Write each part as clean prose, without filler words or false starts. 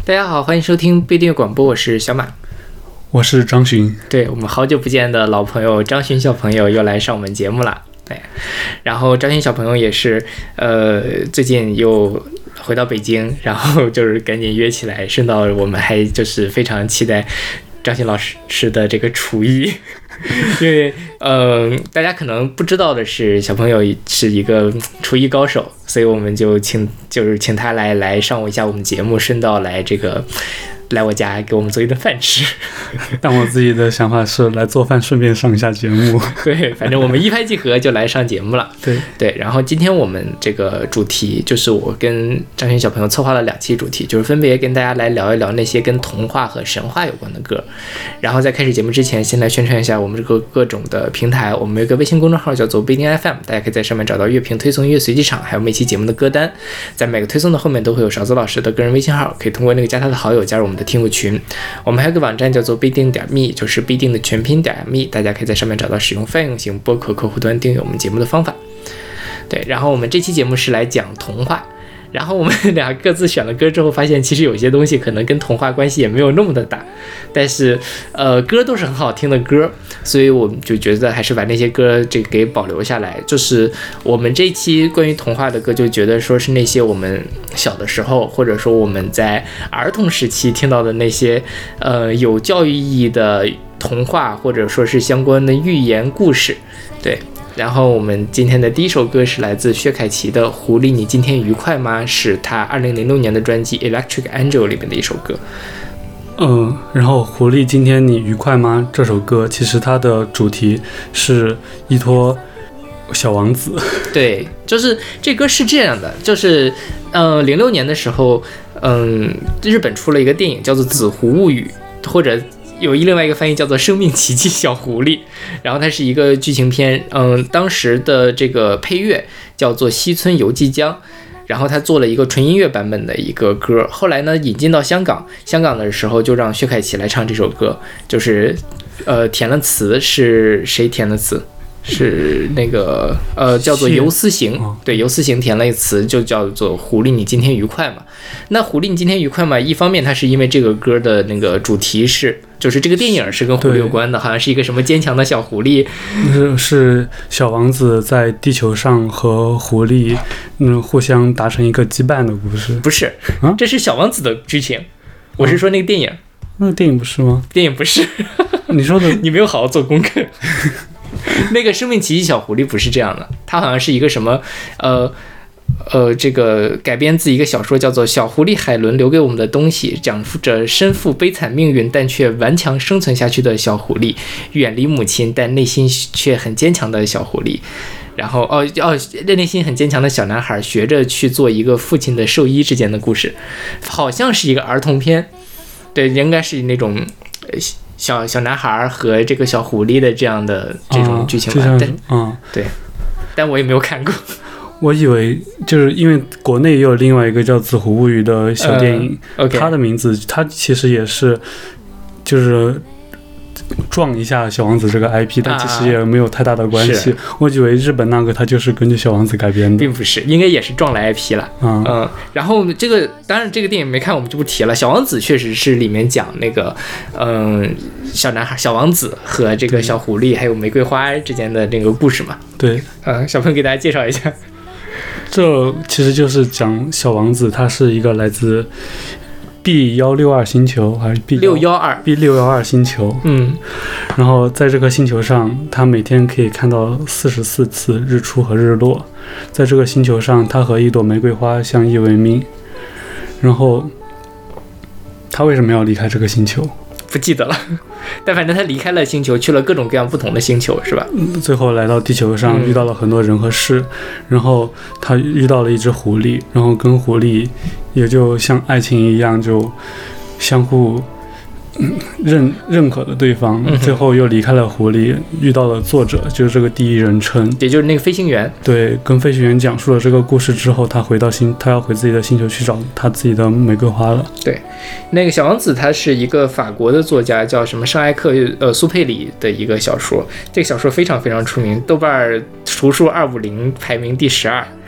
大家好，欢迎收听不一定广播，我是小马， 我是张巡。 对，我们好久不见的老朋友张巡小朋友又来上我们节目了。对，然后张巡小朋友也是最近又回到北京，然后就是赶紧约起来，顺道我们还就是非常期待张巡老师的这个厨艺。因为大家可能不知道的是，小朋友是一个厨艺高手，所以我们就请他来上一下我们节目，顺道来我家给我们做一顿饭吃。 但我自己的想法是来做饭顺便上一下节目。 对，反正我们一拍即合就来上节目了。对，然后今天我们这个主题就是我跟张巡小朋友策划了2期主题，就是分别跟大家来聊一聊那些跟童话和神话有关的歌。然后在开始节目之前，先来宣传一下我们这个各种的平台。我们有一个微信公众号叫做不一定 FM， 大家可以在上面找到乐评推送、音乐随机场，还有每期节目的歌单。在每个推送的后面都会有勺子老师的个人微信号，可以通过那个加他的好友加入我们的听友群。我们还有个网站叫做不一定.me， 就是不一定的全拼.me， 大家可以在上面找到使用泛用型播客客户端订阅我们节目的方法。对，然后我们这期节目是来讲童话，然后我们俩各自选了歌之后，发现其实有些东西可能跟童话关系也没有那么的大，但是歌都是很好听的歌，所以我们就觉得还是把那些歌给保留下来。就是我们这一期关于童话的歌，就觉得说是那些我们小的时候，或者说我们在儿童时期听到的那些有教育意义的童话，或者说是相关的寓言故事。对，然后我们今天的第一首歌是来自薛凯琪的《狐狸你今天愉快吗》，是他2006年的专辑《Electric Angel》里面的一首歌。 然后《狐狸今天你愉快吗》这首歌，其实它的主题是依托小王子。对， 就是这歌是这样的，就是06年的时候，日本出了一个电影叫做《紫狐物语》，或者有另外一个翻译叫做《生命奇迹小狐狸》，然后它是一个剧情片。当时的这个配乐叫做西村由纪江，然后他做了一个纯音乐版本的一个歌。后来呢，引进到香港的时候，就让薛凯琪来唱这首歌，就是填了词，是谁填的词？是那个叫做游思行。对，游思行填了一词，就叫做狐狸你今天愉快吗？那狐狸你今天愉快吗？一方面它是因为这个歌的那个主题就是这个电影是跟狐狸有关的，好像是一个什么坚强的小狐狸， 是小王子在地球上和狐狸互相达成一个羁绊的故事。 不是，这是小王子的剧情，我是说那个电影。 那个电影不是吗？ 电影不是。 你说的你没有好好做功课。那个生命奇迹小狐狸不是这样的，它好像是一个什么这个改编自一个小说，叫做《小狐狸海伦留给我们的东西》，讲述着身负悲惨命运但却顽强生存下去的小狐狸，远离母亲但内心却很坚强的小狐狸，然后内心很坚强的小男孩学着去做一个父亲的兽医之间的故事，好像是一个儿童片。对，应该是那种小男孩和这个小狐狸的这样的这种剧情吧。对，但我也没有看过。 我以为就是因为国内也有另外一个叫《紫狐物语》的小电影，它的名字它其实也是就是撞一下小王子这个 IP， 但其实也没有太大的关系。我以为日本那个它就是根据小王子改编的， 并不是，应该也是撞了 IP 了。然后这个当然这个电影没看我们就不提了。小王子确实是里面讲那个小男孩小王子和这个小狐狸还有玫瑰花之间的那个故事嘛。 对， 小朋友给大家介绍一下。 这其实就是讲小王子，他是一个来自B162星球还是 B612星球。然后在这个星球上，他每天可以看到44次日出和日落。在这个星球上，他和一朵玫瑰花相依为命。然后他为什么要离开这个星球？ 不记得了，但反正他离开了星球，去了各种各样不同的星球，是吧？ 最后来到地球上，遇到了很多人和事，然后他遇到了一只狐狸，然后跟狐狸也就像爱情一样，就相互认可的对方。最后又离开了狐狸，遇到了作者，就是这个第一人称， 也就是那个飞行员。 对，跟飞行员讲述了这个故事之后，他要回自己的星球去找他自己的玫瑰花了。 对，那个小王子他是一个法国的作家，叫什么圣埃克苏佩里的一个小说。这个小说非常非常出名，豆瓣图书250排名第12。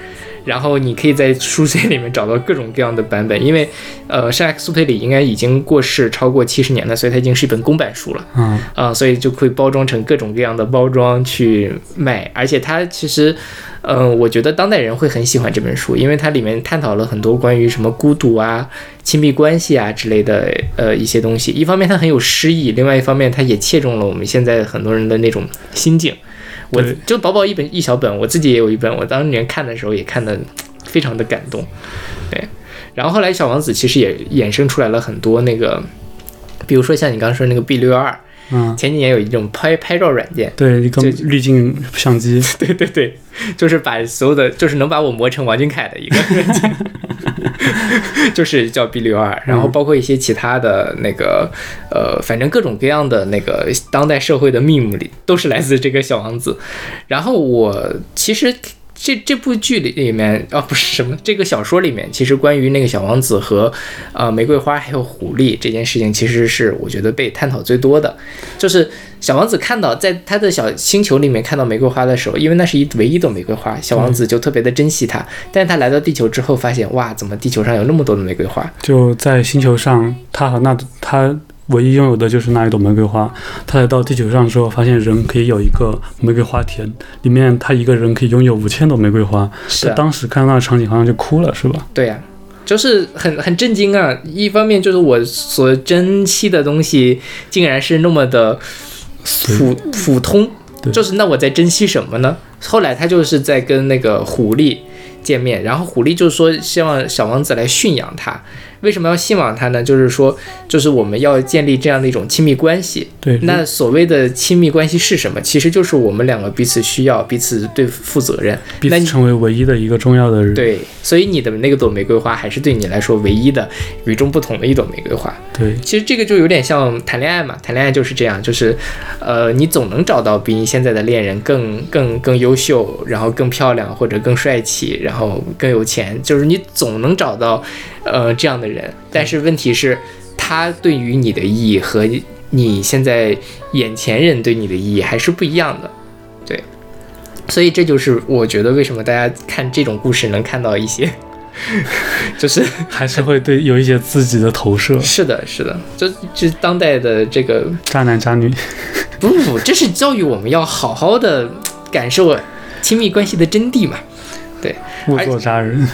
然后你可以在书籍里面找到各种各样的版本，因为圣埃克苏佩里应该已经过世超过70年了，所以它已经是一本公版书了。所以就会包装成各种各样的包装去卖，而且它其实我觉得当代人会很喜欢这本书，因为它里面探讨了很多关于什么孤独啊、亲密关系啊之类的一些东西。一方面它很有诗意，另外一方面它也切中了我们现在很多人的那种心境。我就薄薄一小本，我自己也有一本，我当年看的时候也看得非常的感动。对，然后后来小王子其实也衍生出来了很多那个，比如说像你刚刚说那个 B612。前几年有一种拍照软件， 对，一个滤镜相机， 对，就是把所有的，就是能把我磨成王俊凯的一个软件，就是叫 B612，然后包括一些其他的那个反正各种各样的那个当代社会的秘密里，都是来自这个小王子。然后我其实。这部剧里面不是什么，这个小说里面其实关于那个小王子和玫瑰花还有狐狸这件事情，其实是我觉得被探讨最多的。就是小王子看到在他的小星球里面看到玫瑰花的时候，因为那是唯一的玫瑰花，小王子就特别的珍惜它。但是他来到地球之后发现，哇，怎么地球上有那么多的玫瑰花？ 就在星球上，他唯一拥有的就是那一朵玫瑰花。他来到地球上之后，发现人可以有一个玫瑰花田，里面他一个人可以拥有5000朵玫瑰花。 是、 当时看到那个场景好像就哭了，是吧？ 对呀、就是很震惊啊！一方面就是我所珍惜的东西，竟然是那么的普通，就是那我在珍惜什么呢？后来他就是在跟那个狐狸见面，然后狐狸就说希望小王子来驯养他。为什么要驯养他呢？就是说，就是我们要建立这样的一种亲密关系。 对， 那所谓的亲密关系是什么？其实就是我们两个彼此需要，彼此对负责任， 彼此成为唯一的一个重要的人。 对，所以你的那个朵玫瑰花还是对你来说唯一的、与众不同的一朵玫瑰花。 对， 其实这个就有点像谈恋爱嘛，谈恋爱就是这样，就是你总能找到比你现在的恋人更优秀，然后更漂亮或者更帅气，然后更有钱，就是你总能找到这样的人。但是问题是，他对于你的意义和你现在眼前人对你的意义还是不一样的。对，所以这就是我觉得为什么大家看这种故事能看到一些就是还是会对有一些自己的投射。 是的，这当代的这个渣男渣女不，这是教育我们要好好的感受亲密关系的真谛嘛。对， 勿做渣人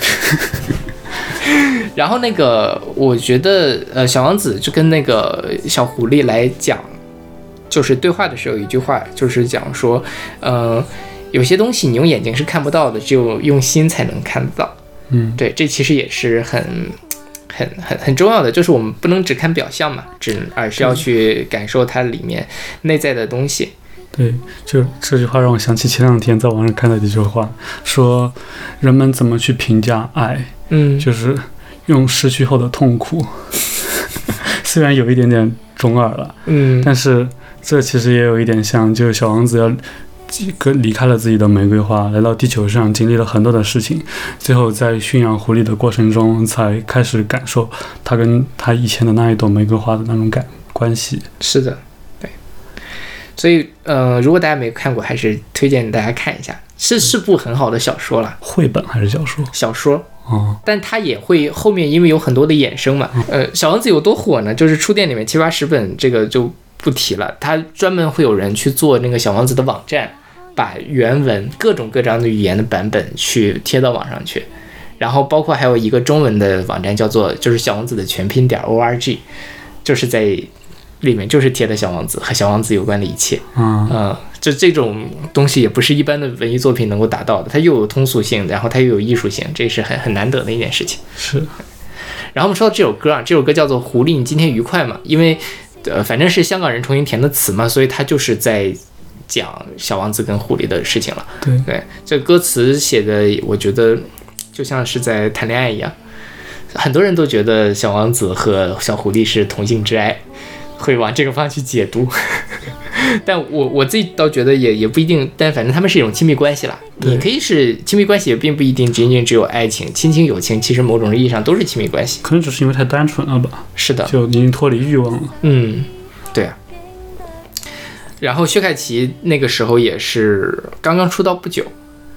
然后那个我觉得小王子就跟那个小狐狸来讲，就是对话的时候有一句话，就是讲说有些东西你用眼睛是看不到的，只有用心才能看得到。对，这其实也是很重要的，就是我们不能只看表象嘛，而是要去感受它里面内在的东西。 对，就这句话让我想起前2天在网上看到的一句话，说人们怎么去评价爱，就是用失去后的痛苦。虽然有一点点中二了，但是这其实也有一点像，就是小王子要离开了自己的玫瑰花，来到地球上，经历了很多的事情，最后在驯养狐狸的过程中，才开始感受他跟他以前的那一朵玫瑰花的那种关系。 是的，对。所以如果大家没看过，还是推荐大家看一下，是部很好的小说了。 绘本还是小说？ 小说。但它也会后面因为有很多的衍生嘛。小王子有多火呢？就是书店里面70-80本，这个就不提了。他专门会有人去做那个小王子的网站，把原文各种各样的语言的版本去贴到网上去，然后包括还有一个中文的网站叫做就是小王子的全拼.org， 就是在里面就是贴的小王子和小王子有关的一切。就这种东西也不是一般的文艺作品能够达到的，它又有通俗性，然后它又有艺术性，这是很难得的一件事情。 是。 然后我们说到这首歌啊，这首歌叫做《狐狸你今天愉快吗》，因为反正是香港人重新填的词嘛，所以它就是在讲小王子跟狐狸的事情了。对，这歌词写的我觉得就像是在谈恋爱一样，很多人都觉得小王子和小狐狸是同性之爱，会往这个方向去解读。但我自己倒觉得也不一定，但反正他们是一种亲密关系啦。你可以是亲密关系，也并不一定仅仅只有爱情，亲情友情其实某种意义上都是亲密关系。 可能只是因为太单纯了吧。 是的， 就已经脱离欲望了。 对啊。然后薛凯琪那个时候也是刚刚出道不久，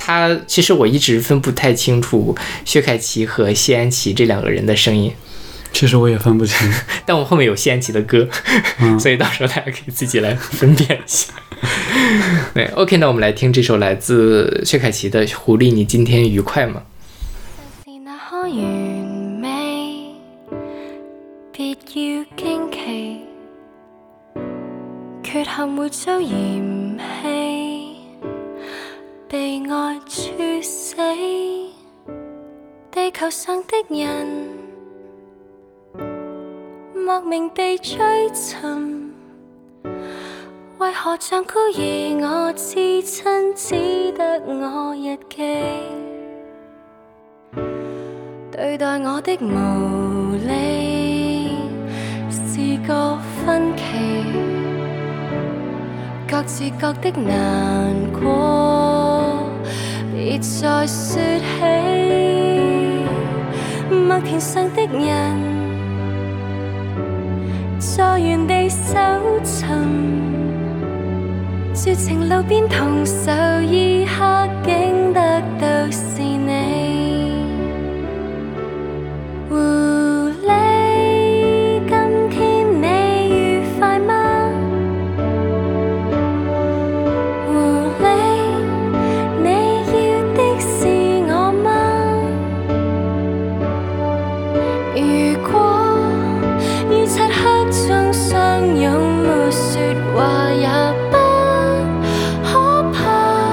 他其实我一直分不太清楚薛凯琪和谢安琪这两个人的声音。 其实我也分不清， 但我后面有谢安琪的歌，所以到时候大家可以自己来分辨一下。对 ，OK， 那我们来听这首来自薛凯琪的《狐狸》，你今天愉快吗？ 是那可完美，別要驚奇，缺陷會遭嫌棄，被愛處死，地球上的人莫名地追尋，為何像孤兒我至親只得我日記，對待我的無理是個分歧，各自各的難過別再說起，麥田上的人在原地搜尋，絕情路邊同仇異客竟得到是你。狐狸，今天你愉快嗎？狐狸，你要的是我嗎？如果於漆黑中相擁，沒說話也不可怕。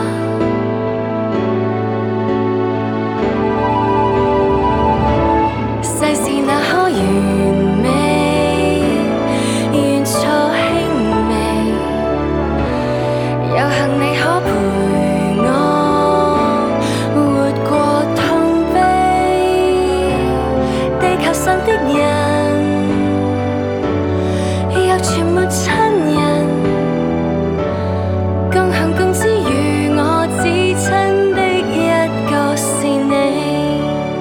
世事那可完美，緣錯輕微，有幸你可陪我活過痛悲，地球上的人又全沒親人，共行共知與我至親的一個是你，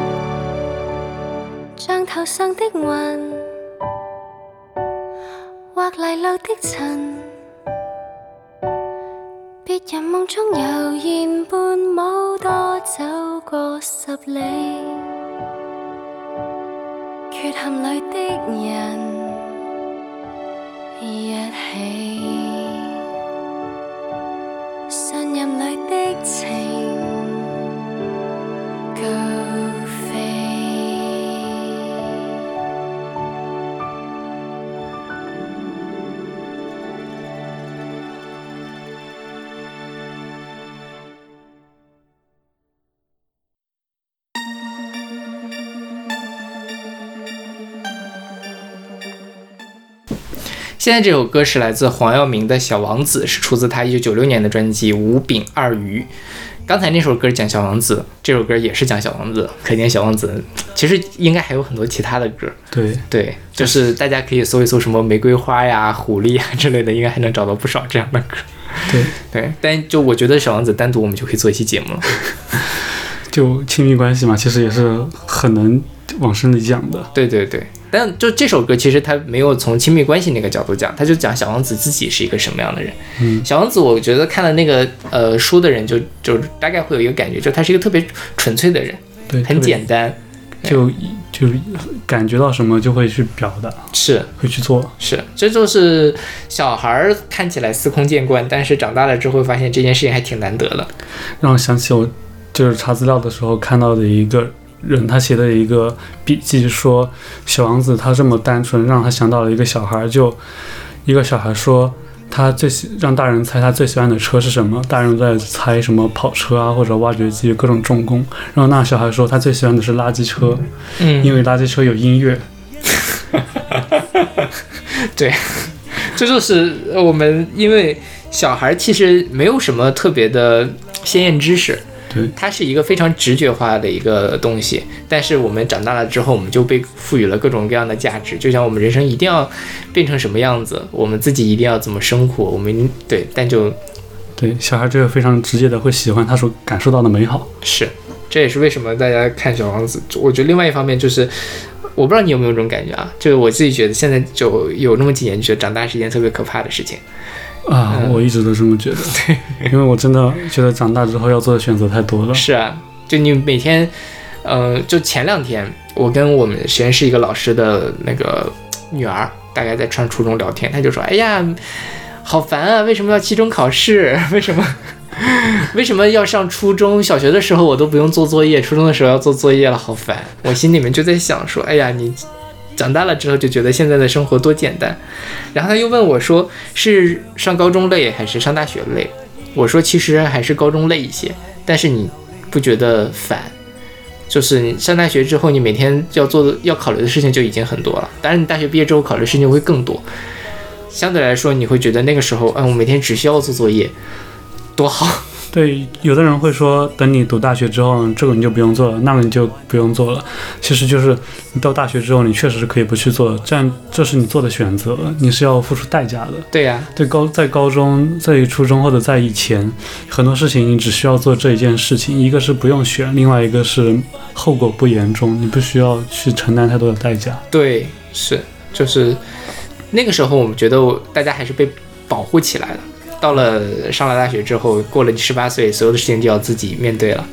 像頭上的雲，或泥路的塵，別人夢中悠然伴舞多走過10里，缺陷裏的人一起，信任裏的情高飛。 现在这首歌是来自黄耀明的《小王子》，是出自他1996年的专辑《五饼二鱼》。刚才那首歌讲小王子，这首歌也是讲小王子，可见小王子其实应该还有很多其他的歌。对，就是大家可以搜一搜什么玫瑰花呀、狐狸呀之类的，应该还能找到不少这样的歌。对，但就我觉得小王子单独我们就可以做一期节目了。 就亲密关系嘛，其实也是很能往深里讲的。 对，但就这首歌其实他没有从亲密关系那个角度讲，他就讲小王子自己是一个什么样的人。小王子我觉得看了那个书的人就大概会有一个感觉，就他是一个特别纯粹的人， 对， 很简单， 就感觉到什么就会去表达， 是会去做， 是，这就是小孩看起来司空见惯，但是长大了之后发现这件事情还挺难得的。 让我想起我就是查资料的时候看到的一个人，他写的一个笔记说，小王子他这么单纯，让他想到了一个小孩，就一个小孩说他让大人猜他最喜欢的车是什么，大人在猜什么跑车啊或者挖掘机各种重工，然后那小孩说他最喜欢的是垃圾车，因为垃圾车有音乐。 对，这就是我们，因为小孩其实没有什么特别的先验知识， 对， 它是一个非常直觉化的一个东西，但是我们长大了之后，我们就被赋予了各种各样的价值，就像我们人生一定要变成什么样子，我们自己一定要怎么生活，我们对，但就对小孩这个非常直接的会喜欢他所感受到的美好， 是，这也是为什么大家看小王子，我觉得另外一方面就是，我不知道你有没有这种感觉啊，就是我自己觉得现在就有那么几年，觉得长大是一件特别可怕的事情。 我一直都这么觉得，因为我真的觉得长大之后要做的选择太多了。 是啊，就你每天，就前2天，我跟我们实验室一个老师的那个女儿，大概在上初中聊天，她就说：“哎呀，好烦啊！为什么要期中考试？为什么要上初中？小学的时候我都不用做作业，初中的时候要做作业了，好烦。”我心里面就在想说：“哎呀，你长大了之后就觉得现在的生活多简单。”然后他又问我说：“是上高中累还是上大学累？”我说：“其实还是高中累一些，但是你不觉得烦？就是你上大学之后，你每天要考虑的事情就已经很多了。当然，你大学毕业之后考虑的事情会更多。相对来说，你会觉得那个时候，我每天只需要做作业，多好。” 对，有的人会说，等你读大学之后，这个你就不用做了，那个你就不用做了。其实就是你到大学之后，你确实是可以不去做，这是你做的选择，你是要付出代价的。 对呀， 在高中、在初中或者在以前，很多事情你只需要做这一件事情，一个是不用选，另外一个是后果不严重，你不需要去承担太多的代价。 对，就是那个时候，我们觉得大家还是被保护起来了。到了上了大学之后，过了18岁，所有的事情就要自己面对了。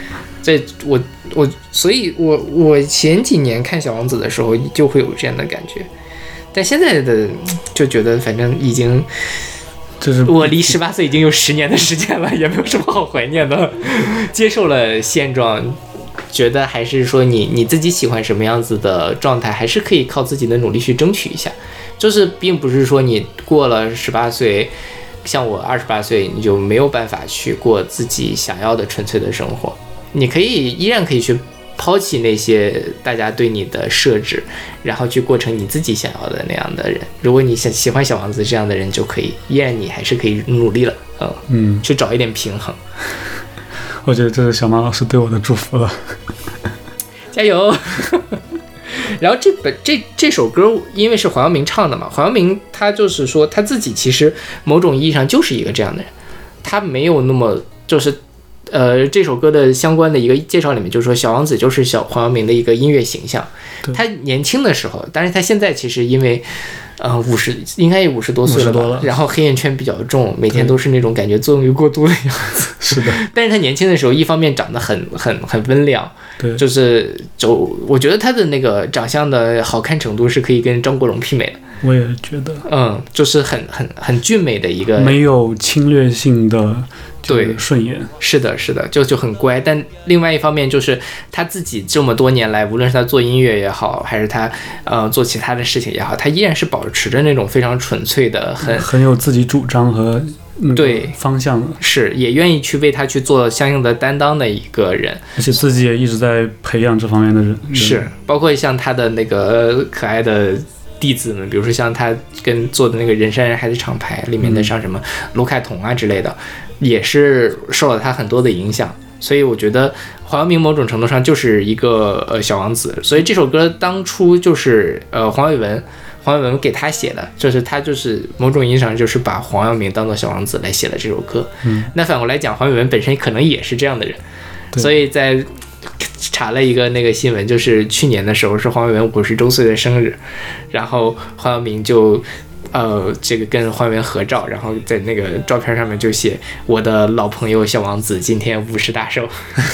所以我前几年看小王子的时候就会有这样的感觉，但现在的就觉得反正已经，我离18岁已经有10年的时间了，也没有什么好怀念的，接受了现状。觉得还是说你自己喜欢什么样子的状态，还是可以靠自己的努力去争取一下。就是并不是说你过了18岁。像我28岁，你就没有办法去过自己想要的纯粹的生活。你依然可以去抛弃那些大家对你的设置，然后去过成你自己想要的那样的人。如果你喜欢小王子这样的人，就可以，依然你还是可以努力了，去找一点平衡。 我觉得这是小马老师对我的祝福了， 加油！然后这首歌因为是黄耀明唱的嘛，黄耀明他就是说他自己其实某种意义上就是一个这样的人，他没有那么就是这首歌的相关的一个介绍里面就是说小王子就是黄耀明的一个音乐形象。他年轻的时候，但是他现在其实因为应该也50多岁了吧，然后黑眼圈比较重，每天都是那种感觉作用力过度的样子。 是的， 但是他年轻的时候，一方面长得很温良， 对， 我觉得他的那个长相的好看程度是可以跟张国荣媲美的。 我也觉得， 就是很俊美的一个， 没有侵略性的。对，顺眼， 是的，就很乖。但另外一方面就是他自己这么多年来，无论是他做音乐也好，还是他做其他的事情也好，他依然是保持着那种非常纯粹的、 很有自己主张和对方向的， 是也愿意去为他去做相应的担当的一个人， 而且自己也一直在培养这方面的人。 是，包括像他的那个可爱的弟子们，比如说像他跟做的那个人山人海的厂牌里面的像什么卢凯彤啊之类的，也是受了他很多的影响。所以我觉得黄耀明某种程度上就是一个小王子。所以这首歌当初就是黄伟文给他写的，就是他就是某种意义上就是把黄耀明当做小王子来写了这首歌。那反过来讲，黄伟文本身可能也是这样的人。所以在查了一个那个新闻，就是去年的时候是黄伟文50周岁的生日，然后黄耀明就这个跟黄伟文合照，然后在那个照片上面就写我的老朋友小王子今天50大寿。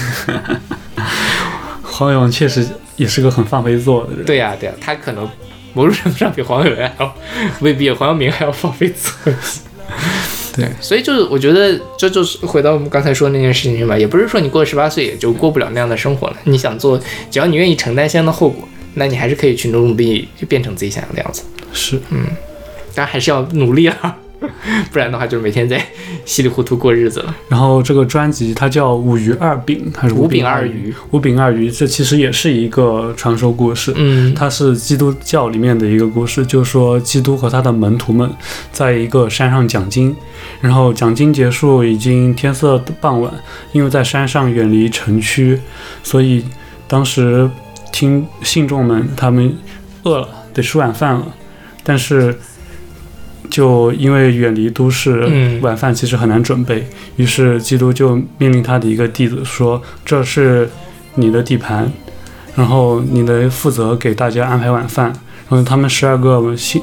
黄伟文确实也是个很放飞自我的人。 对呀，他可能某种程度上比黄伟文还要比黄耀明还要放飞自我。对，所以就是我觉得这就是回到我们刚才说的那件事情上吧，也不是说你过了18岁也就过不了那样的生活了。你想做，只要你愿意承担相应的后果，那你还是可以去努力就变成自己想要的样子。 是， 当然还是要努力啊，不然的话就是每天在稀里糊涂过日子了。 然后这个专辑它叫五鱼二饼还是五饼二鱼？ 五饼二鱼，这其实也是一个传说故事。它是基督教里面的一个故事，就是说基督和他的门徒们在一个山上讲经，然后讲经结束已经天色傍晚，因为在山上远离城区，所以当时听信众们他们饿了，得吃晚饭了，但是就因为远离都市，晚饭其实很难准备，于是基督就命令他的一个弟子说，这是你的地盘，然后你得负责给大家安排晚饭。然后他们12个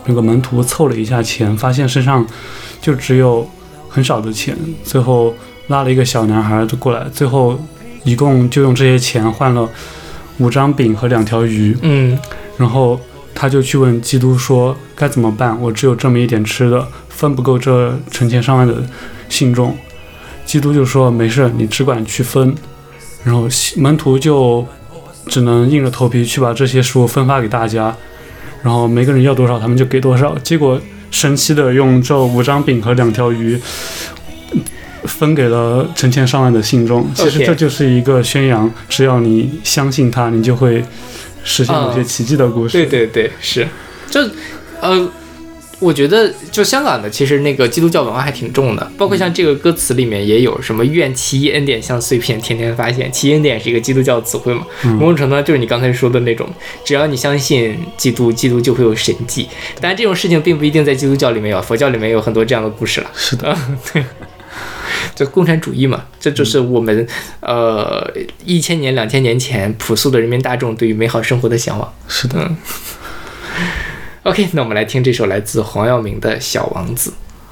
那个门徒凑了一下钱，发现身上就只有很少的钱，最后拉了一个小男孩过来，最后一共就用这些钱换了5张饼和2条鱼。然后他就去问基督说该怎么办，我只有这么一点吃的，分不够这成千上万的信众。基督就说没事，你只管去分。然后门徒就只能硬着头皮去把这些食物分发给大家，然后每个人要多少他们就给多少。结果神奇的用这5张饼和2条鱼分给了成千上万的信众。其实这就是一个宣扬，只要你相信他，你就会实现某些奇迹的故事。 对对对，是。这我觉得就香港的其实那个基督教文化还挺重的，包括像这个歌词里面也有什么愿奇异恩典像碎片天天发现，奇异恩典是一个基督教的词汇嘛，某种程度上就是你刚才说的那种，只要你相信基督，基督就会有神迹。当然这种事情并不一定在基督教里面有，佛教里面有很多这样的故事了。 是的， 对。就共产主义嘛，这就是我们1000年2000年前朴素的人民大众对于美好生活的向往。 是的。 OK， 那我们来听这首来自黄耀明的《小王子》。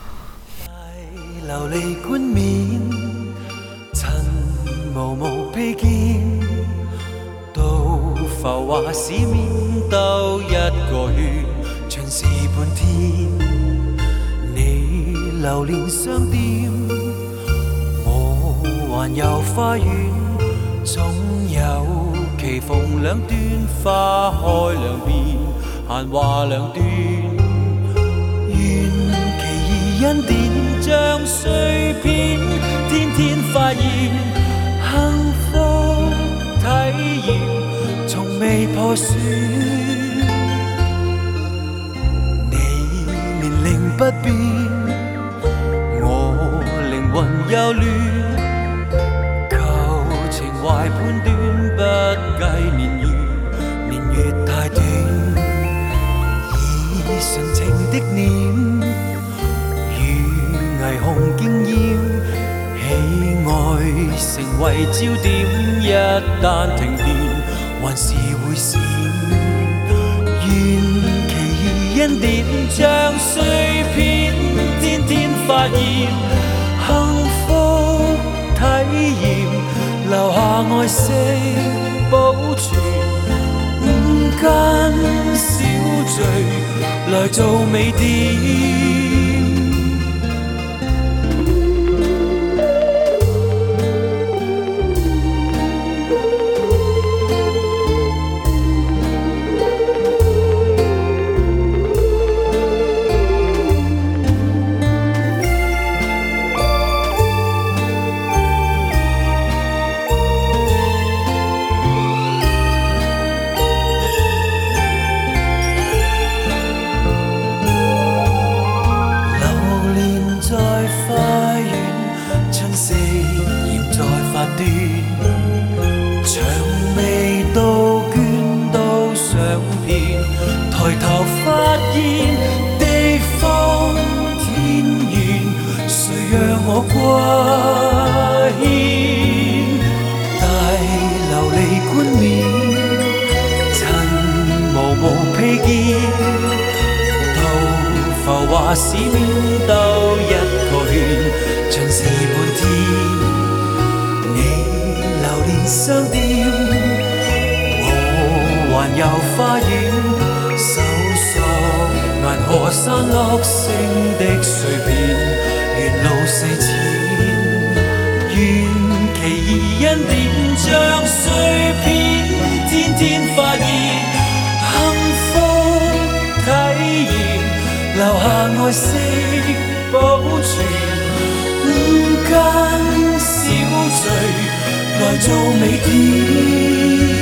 流離冠冕，塵毛無披肩，到浮華市面兜一個圈，盡是半天。你流連商店，我環遊花園，總有棋逢兩端，花開兩邊。閒話兩端，願奇異恩典像碎片，天天發現幸福體驗，從未破損。你年齡不變，我靈魂又亂，求情懷判斷，不計年月，年月太短。純情的臉，與霓虹驚豔，喜愛成為焦點，一旦停電，還是會閃。願奇異恩典像碎片，天天發現幸福體驗，留下愛惜保存5間小聚。來做美點。市面兜一個圈，盡是半天。你流連商店，我環遊花園，搜索銀河散落星的碎片，沿路細淺。願奇異恩典像碎片，天天發現幸福體驗。留下愛惜保存5間小聚，來做美點。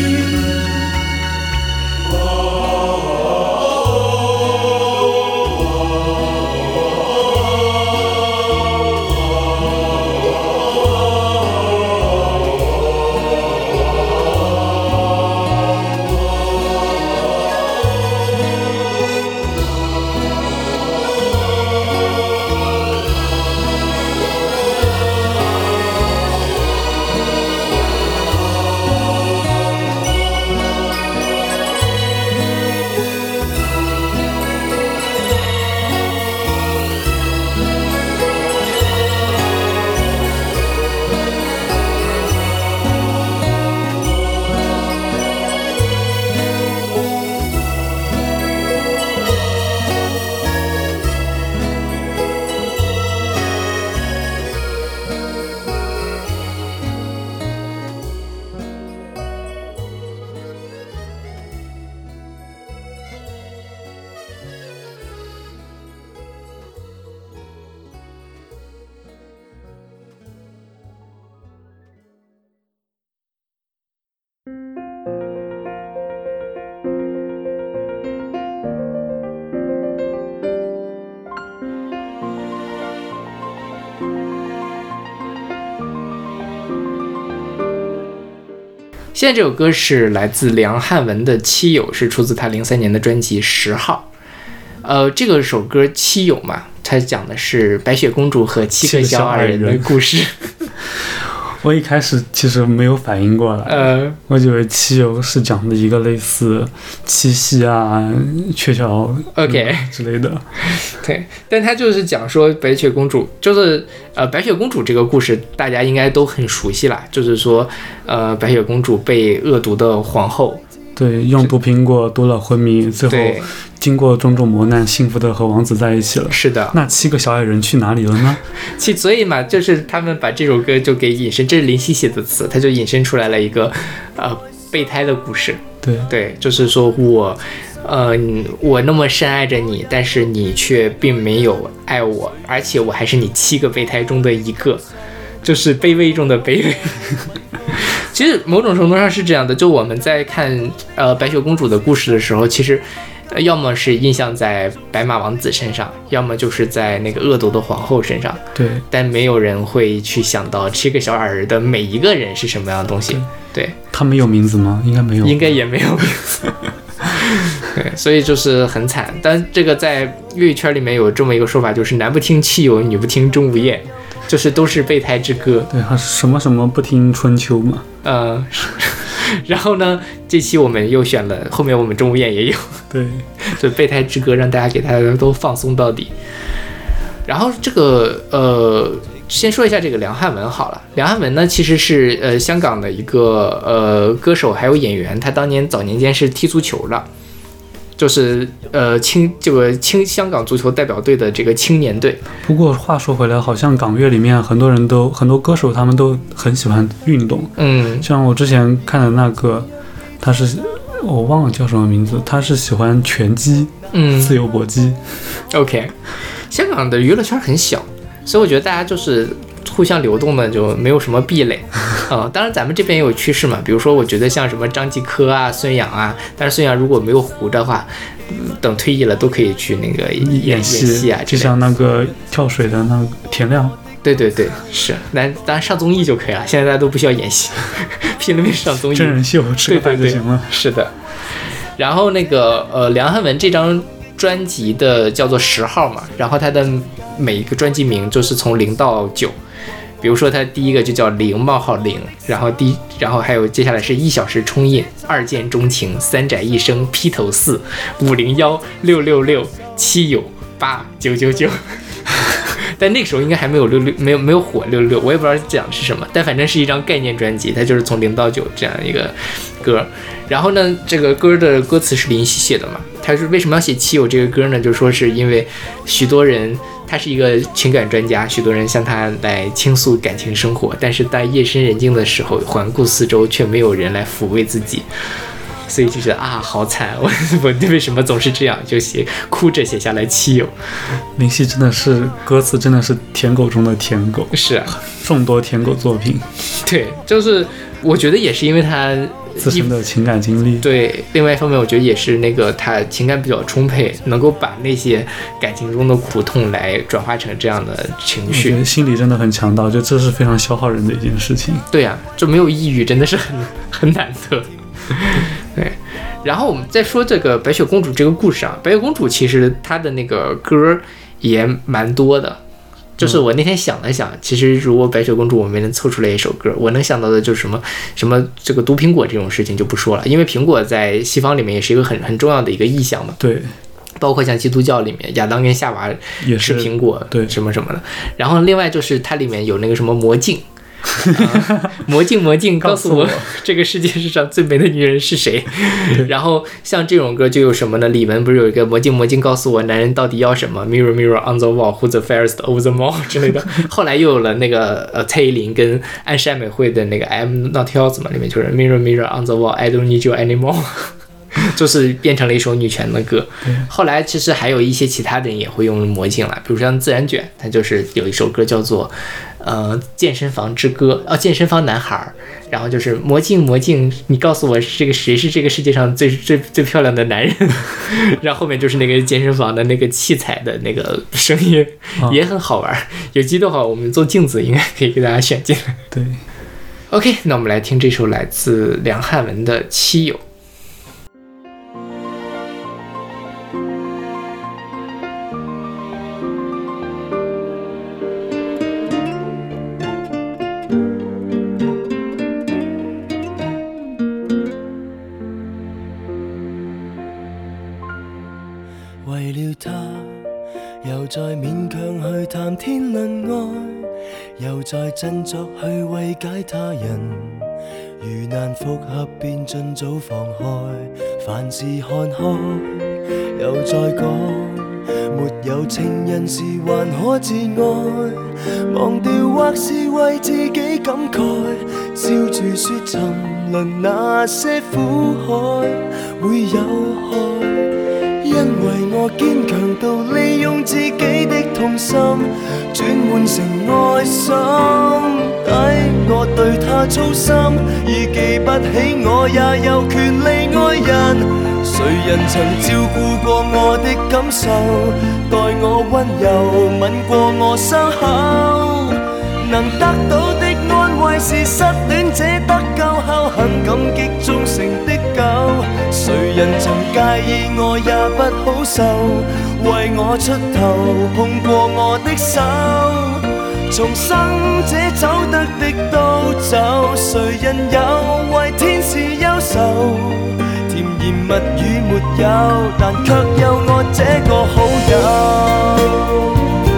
现在这首歌是来自梁汉文的《七友》，是出自他03年的专辑《10号》。这个首歌《七友》嘛，它讲的是白雪公主和7个小矮人的故事。 我一开始其实没有反应过来，我以为七友是讲的一个类似七夕啊、鹊桥 OK 之类的。 对，但他就是讲说白雪公主，就是白雪公主这个故事大家应该都很熟悉啦，就是说白雪公主被恶毒的皇后。 对，用毒苹果毒了昏迷，最后经过种种磨难，幸福的和王子在一起了。 是的， 那7个小矮人去哪里了呢？ 所以嘛，就是他们把这首歌就给引申，这是林夕写的词，他就引申出来了一个备胎的故事。对，就是说我那么深爱着你，但是你却并没有爱我，而且我还是你7个备胎中的一个，就是卑微中的卑微。其实某种程度上是这样的，就我们在看白雪公主的故事的时候，其实要么是印象在白马王子身上，要么就是在那个恶毒的皇后身上。 对， 但没有人会去想到7个小矮人的每一个人是什么样的东西。对， 他们有名字吗？应该没有， 应该也没有名字。对，所以就是很惨。但这个在粤语圈里面有这么一个说法，就是男不听汽油，女不听钟无艳，就是都是备胎之歌。 对，还什么什么不听春秋嘛。 然后呢，这期我们又选了，后面我们钟无艳也有。 对， 就备胎之歌，让大家给他都放松到底。然后这个先说一下这个梁汉文好了。梁汉文呢，其实是香港的一个歌手还有演员，他当年早年间是踢足球的，就是香港足球代表队的这个青年队。 不过话说回来，好像港乐里面很多歌手他们都很喜欢运动。像我之前看的那个，我忘了叫什么名字，他是喜欢拳击，自由搏击。 OK， 香港的娱乐圈很小，所以我觉得大家就是互相流动的，就没有什么壁垒。当然咱们这边也有趋势嘛，比如说我觉得像什么张继科啊、孙杨啊，但是孙杨如果没有胡的话，等退役了都可以去那个演戏啊， 就像那个跳水的那个田亮。 对，是，当然上综艺就可以了，现在大家都不需要演戏，拼了命上综艺， 真人秀吃个饭就行了。 是的。然后那个梁汉文这张专辑的叫做10号嘛，然后他的每一个专辑名就是从0到9，比如说他第一个就叫0：0，然后还有接下来是1小时冲印、2见钟情、3宅一生、披头4、501、666、7友、8、999。但那个时候应该还没有66，没有火66，我也不知道讲的是什么，但反正是一张概念专辑，它就是从0到9这样一个歌。然后呢，这个歌的歌词是林夕写的嘛，他是为什么要写7友这个歌呢？就说是因为许多人，他是一个情感专家，许多人向他来倾诉感情生活，但是在夜深人静的时候环顾四周，却没有人来抚慰自己。所以就觉得好惨，我为什么总是这样，就哭着写下来7友。 林夕真的是歌词真的是舔狗中的舔狗， 是啊， 众多舔狗作品。 对，就是我觉得也是因为他自身的情感经历。 对，另外一方面我觉得也是那个他情感比较充沛，能够把那些感情中的苦痛来转化成这样的情绪。 我觉得心理真的很强大，就这是非常消耗人的一件事情。 对啊，就没有抑郁真的是很难得。对，然后我们再说这个白雪公主这个故事啊，白雪公主其实她的那个歌也蛮多的，就是我那天想了想，其实如果白雪公主我没能凑出来一首歌，我能想到的就是什么这个毒苹果这种事情就不说了，因为苹果在西方里面也是一个很重要的一个意象嘛。 对， 包括像基督教里面亚当跟夏娃吃苹果， 对， 什么什么的。然后另外就是它里面有那个什么魔镜。魔镜告诉我这个世界上最美的女人是谁。然后像这种歌就有什么呢？李玟不是有一个魔镜告诉我男人到底要什么 Mirror Mirror on the wall Who's the fairest of them all 之类的。后来又有了那个蔡依林跟安室爱美惠的那个 I'm not yours 嘛，里面就是 Mirror Mirror on the wall I don't need you anymore 就是变成了一首女权的歌。后来其实还有一些其他的人也会用魔镜了，比如像自然卷，它就是有一首歌叫做健身房之歌健身房男孩，然后就是魔镜魔镜，你告诉我这个谁是这个世界上最漂亮的男人，然后后面就是那个健身房的那个器材的那个声音，也很好玩。有机的话，我们做镜子应该可以给大家选进来。 对 ，OK， 那我们来听这首来自梁汉文的《妻友》。 為了他，又再勉強去談天論愛，又再振作去慰解他人。如難復合，便盡早放開，凡事看開。又再講，沒有情人時還可自愛，忘掉或是為自己感慨，笑住說沉淪那些苦海會有害。因為我堅強到利用自己的痛心轉換成愛心，抵我對他操心，已記不起我也有權利愛人。誰人曾照顧過我的感受，待我溫柔吻過我傷口，能得到的安慰是失戀者得救後很感激忠誠的狗。誰人曾介意我也不好受，為我出頭碰過我的手，重生者走得的都走，誰人有為天使憂愁？甜言蜜語沒有，但卻有我這個好友。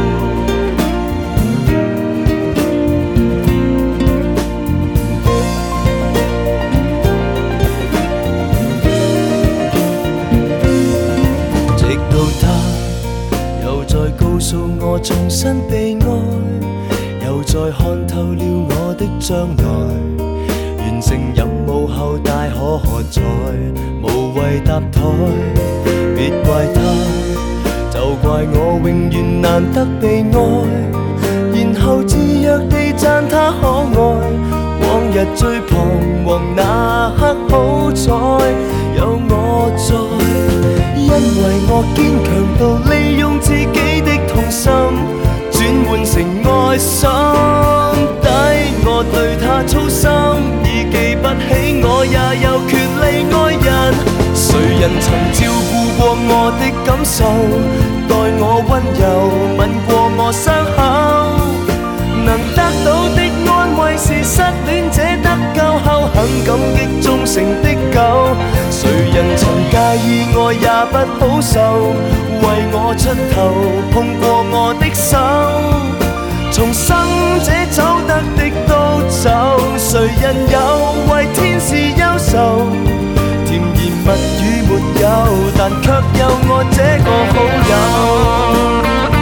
告訴我重新被愛，又再看透了我的將來，完成任務後大可喝彩，無謂搭台，別怪他，就怪我永遠難得被愛，然後自虐地讚他可愛，往日最彷徨那刻好彩有我在，因為我堅強到利用自己的痛心轉換成愛心，抵我對他操心，已記不起我也有權利愛人。誰人曾照顧過我的感受，待我溫柔吻過我傷口，能得到的安慰是失戀者得救後很感激忠誠的狗。誰人曾介意我也不好受，為我出頭碰過我的手，重生者走得的都走，誰人有為天使憂愁？甜言蜜語沒有，但卻有我這個好友。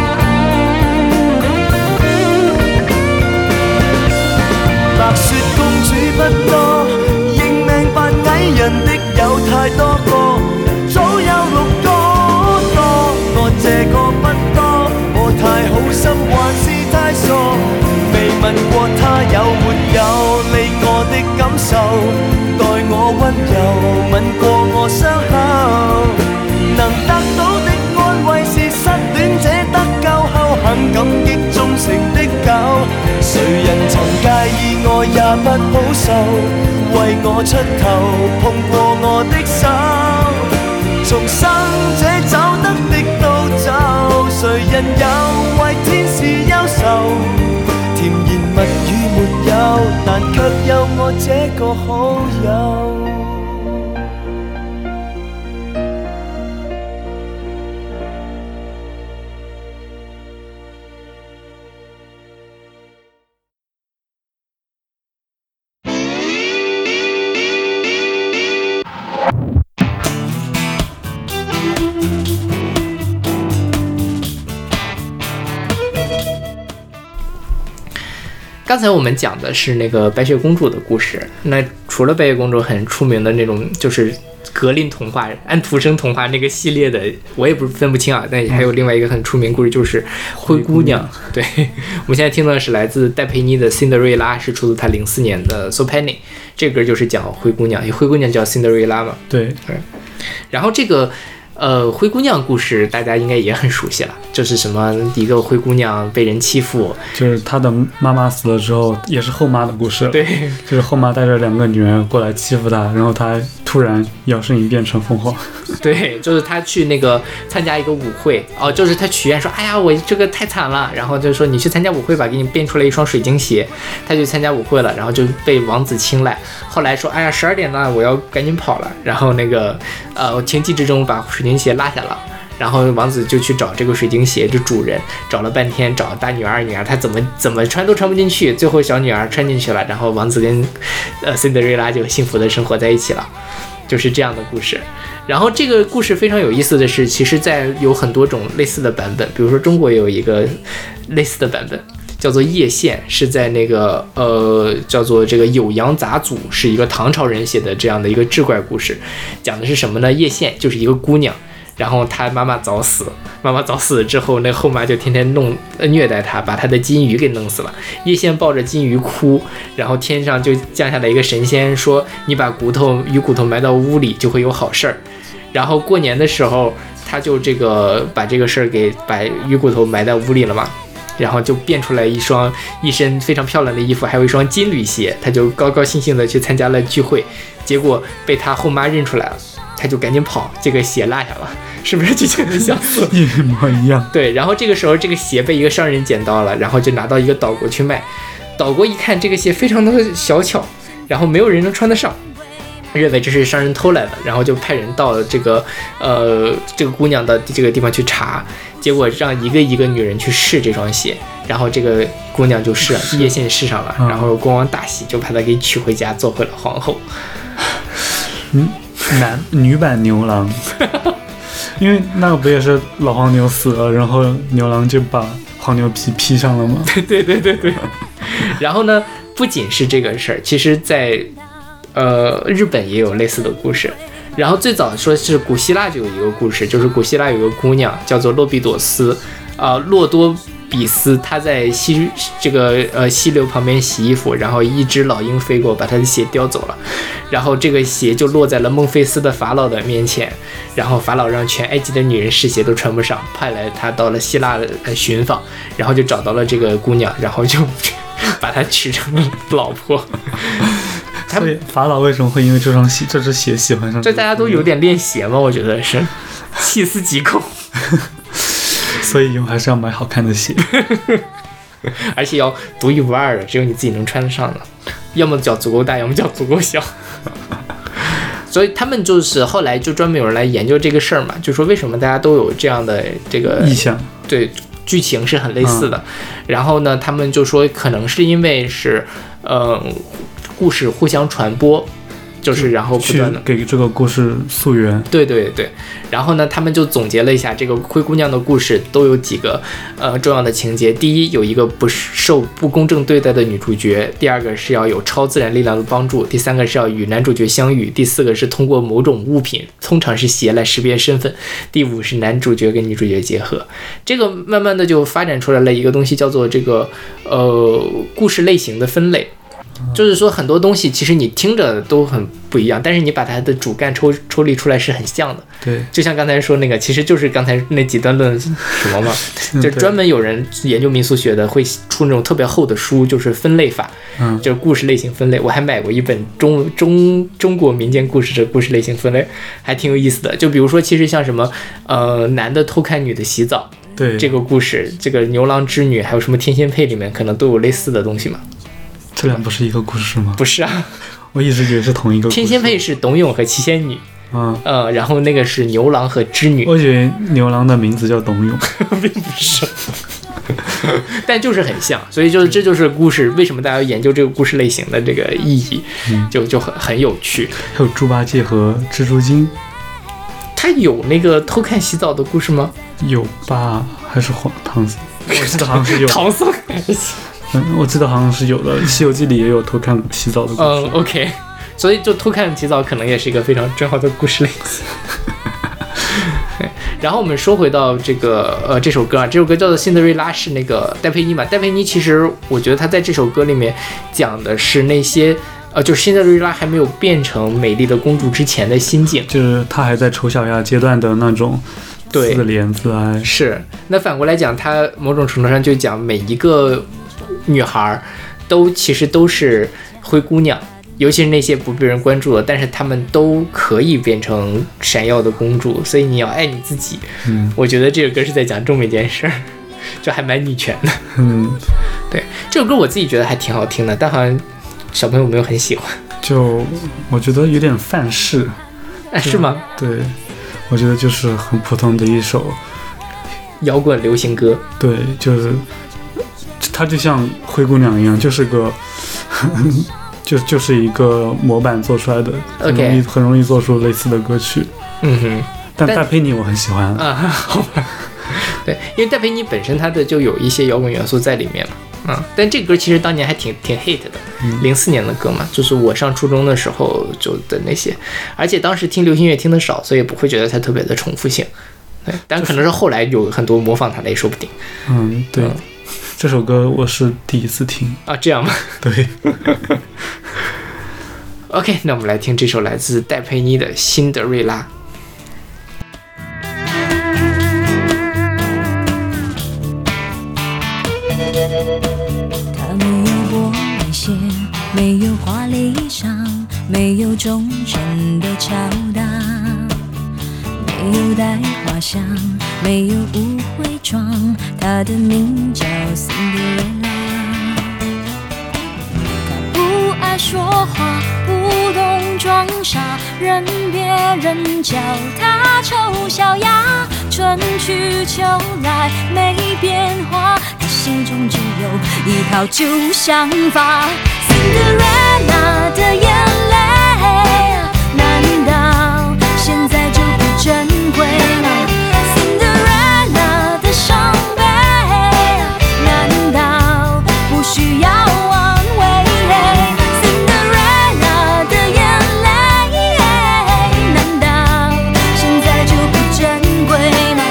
白雪公主不多，認命扮矮人的有太多個，早有6個多，我這個不多，我太好心還是太傻，未問過他有沒有理我的感受，待我溫柔吻過我傷口，能得到的安慰是失戀者得救後很感激忠誠的狗。誰人曾介意我也不好受，為我出頭碰過我的手，重生者走得的都走，誰人有為天使憂愁？甜言蜜語沒有，但卻有我這個好友。 刚才我们讲的是那个白雪公主的故事，那除了白雪公主很出名的那种就是格林童话、安徒生童话那个系列的，我也不分不清啊。但还有另外一个很出名故事，就是灰姑娘。对，我们现在听到的是来自戴佩妮的《Cinderella》，是出自她04年的《So Penny》。这个歌就是讲灰姑娘，因为灰姑娘叫 Cinderella 嘛。 对。 然后这个灰姑娘故事大家应该也很熟悉了，就是什么一个灰姑娘被人欺负， 就是她的妈妈死了之后，也是后妈的故事。 对， 就是后妈带着2个女儿过来欺负她，然后她突然摇身一变成凤凰。 对，就是她去那个参加一个舞会，就是她许愿说，哎呀，我这个太惨了，然后就说你去参加舞会吧，给你变出来一双水晶鞋。她去参加舞会了，然后就被王子青睐。后来说，哎呀，12点了，我要赶紧跑了。然后那个情急之中把水晶鞋落下了。然后王子就去找这个水晶鞋的主人，找了半天，找大女儿、二女儿，他怎么穿都穿不进去，最后小女儿穿进去了，然后王子跟Cinderella 就幸福的生活在一起了，就是这样的故事。然后这个故事非常有意思的是，其实在有很多种类似的版本，比如说中国也有一个类似的版本，叫做叶县，是在那个叫做这个《酉阳杂俎》，是一个唐朝人写的这样的一个志怪故事。讲的是什么呢？叶县就是一个姑娘，然后她妈妈早死了之后，那个后妈就天天虐待她，把她的金鱼给弄死了。叶县抱着金鱼哭，然后天上就降下来一个神仙说，你把鱼骨头埋到屋里就会有好事儿。然后过年的时候，他就把这个事儿把鱼骨头埋在屋里了嘛，然后就变出来一身非常漂亮的衣服，还有一双金缕鞋，他就高高兴兴的去参加了聚会，结果被他后妈认出来了，他就赶紧跑，这个鞋落下了，是不是剧情很相似？ 一模一样。 对，然后这个时候这个鞋被一个商人捡到了，然后就拿到一个岛国去卖，岛国一看这个鞋非常的小巧，然后没有人能穿得上，认为这是商人偷来的，然后就派人到这个姑娘的这个地方去查，结果让一个女人去试这双鞋，然后这个姑娘就叶县试上了，然后国王大喜，就把她给娶回家，做回了皇后。 女版牛郎。因为那个不也是老黄牛死了，然后牛郎就把黄牛皮披上了吗？ 对。然后呢，不仅是这个事儿，其实在日本也有类似的故事。然后最早说是古希腊就有一个故事，就是古希腊有个姑娘叫做洛多比斯，她在溪流旁边洗衣服，然后一只老鹰飞过，把她的鞋叼走了，然后这个鞋就落在了孟菲斯的法老的面前，然后法老让全埃及的女人试鞋都穿不上，派来她到了希腊寻访，然后就找到了这个姑娘，然后就把她娶成了老婆。 所以法老为什么会因为这只鞋喜欢上？ 这大家都有点练鞋嘛，我觉得是细思极恐。 所以以后还是要买好看的鞋， 而且要独一无二的，只有你自己能穿得上的，要么脚足够大，要么脚足够小。所以他们就是后来就专门有人来研究这个事儿嘛，就说为什么大家都有这样的这个意象， 对，剧情是很类似的。然后呢，他们就说可能是因为是故事互相传播，就是然后不断的给这个故事溯源。 对。然后呢，他们就总结了一下这个灰姑娘的故事都有几个重要的情节。第一，有一个不受不公正对待的女主角；第二个是要有超自然力量的帮助；第三个是要与男主角相遇；第四个是通过某种物品，通常是鞋来识别身份；第五是男主角跟女主角结合。这个慢慢的就发展出来了一个东西，叫做这个故事类型的分类。就是说很多东西其实你听着都很不一样，但是你把它的主干抽离出来是很像的。 对， 就像刚才说那个，其实就是刚才那几段论什么嘛，就专门有人研究民俗学的会出那种特别厚的书，就是分类法，就是故事类型分类。我还买过一本中国民间故事的故事类型分类，还挺有意思的。就比如说，其实像什么男的偷看女的洗澡， 对这个故事，这个牛郎织女还有什么天仙配里面可能都有类似的东西嘛。 这俩不是一个故事吗？ 不是啊， 我一直以为是同一个故事。 天仙配是董永和七仙女，然后那个是牛郎和织女。 我以为牛郎的名字叫董永， 并不是，但就是很像，所以这就是故事为什么大家要研究这个故事类型的这个意义，就很有趣。 还有猪八戒和蜘蛛精， 他有那个偷看洗澡的故事吗？ 有吧？还是唐僧？我记得好像是有唐僧还行。 我记得好像是有的，《西游记》里也有偷看洗澡的故事。 OK， 所以就偷看洗澡可能也是一个非常重要的故事类型。然后我们说回到这个这首歌啊，这首歌叫做《辛德瑞拉》，是那个戴佩妮嘛？戴佩妮其实我觉得她在这首歌里面讲的是那些就是辛德瑞拉还没有变成美丽的公主之前的心境， 就是她还在丑小鸭阶段的那种自怜自哀。 是，那反过来讲，她某种程度上就讲每一个女孩其实都是灰姑娘。尤其是那些不被人关注的，但是她们都可以变成闪耀的公主，所以你要爱你自己。我觉得这首歌是在讲这么一件事儿，就还蛮女权的。对，这首歌我自己觉得还挺好听的，但好像小朋友没有很喜欢。 就我觉得有点范式。 是吗？ 对，我觉得就是很普通的一首摇滚流行歌。 对，就是它就像灰姑娘一样，就是个就是一个模板做出来的，很容易做出类似的歌曲。但戴佩妮我很喜欢啊，好吧。对，因为戴佩妮本身它的就有一些摇滚元素在里面嘛。但这个歌其实当年还挺 hit 的，04年的歌嘛，就是我上初中的时候就的那些，而且当时听流行乐听得少，所以不会觉得它特别的重复性。对，但可能是后来有很多模仿它的也说不定。 对。这首歌我是第一次听啊，这样吗？ 对。 OK， 那我们来听这首来自戴佩妮的《辛德瑞拉》。 她没有玻璃鞋，没有华丽衣裳，没有忠诚的敲打，没有带花香，没有舞会妆，她的名叫辛德瑞拉。她不爱说话，不懂装傻，任别人叫她丑小鸭。春去秋来没变化，她心中只有一套旧想法。Cinderella 的眼泪，难道现在就不珍贵了？Cinderella 的伤悲，难道不需要安慰？Cinderella 的眼泪，难道现在就不珍贵吗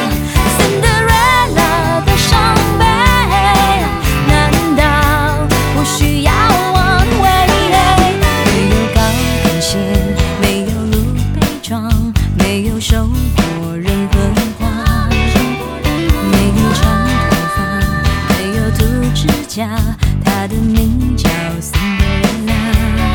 ？Cinderella 的伤悲，难道不需要安慰？没有高跟鞋，没有露背装，没有受过任何花，没有长头发，没有涂指甲，她的名叫辛德瑞拉。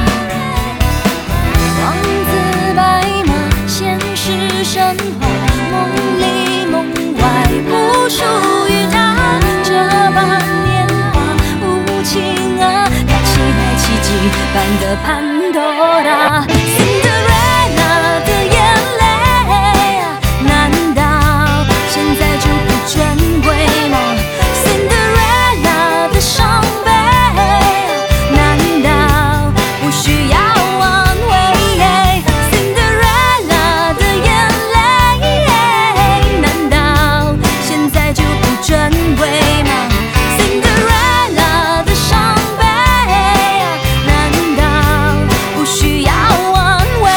王子白马，现实神话，梦里梦外不属于他。这般年华无情啊，她期待奇迹般的潘多拉。Cinderella 的眼泪，难道现在就不珍贵吗？Cinderella 的伤悲，难道不需要安慰？Cinderella 的眼泪，难道现在就不珍贵吗？Cinderella 的伤悲，难道不需要安慰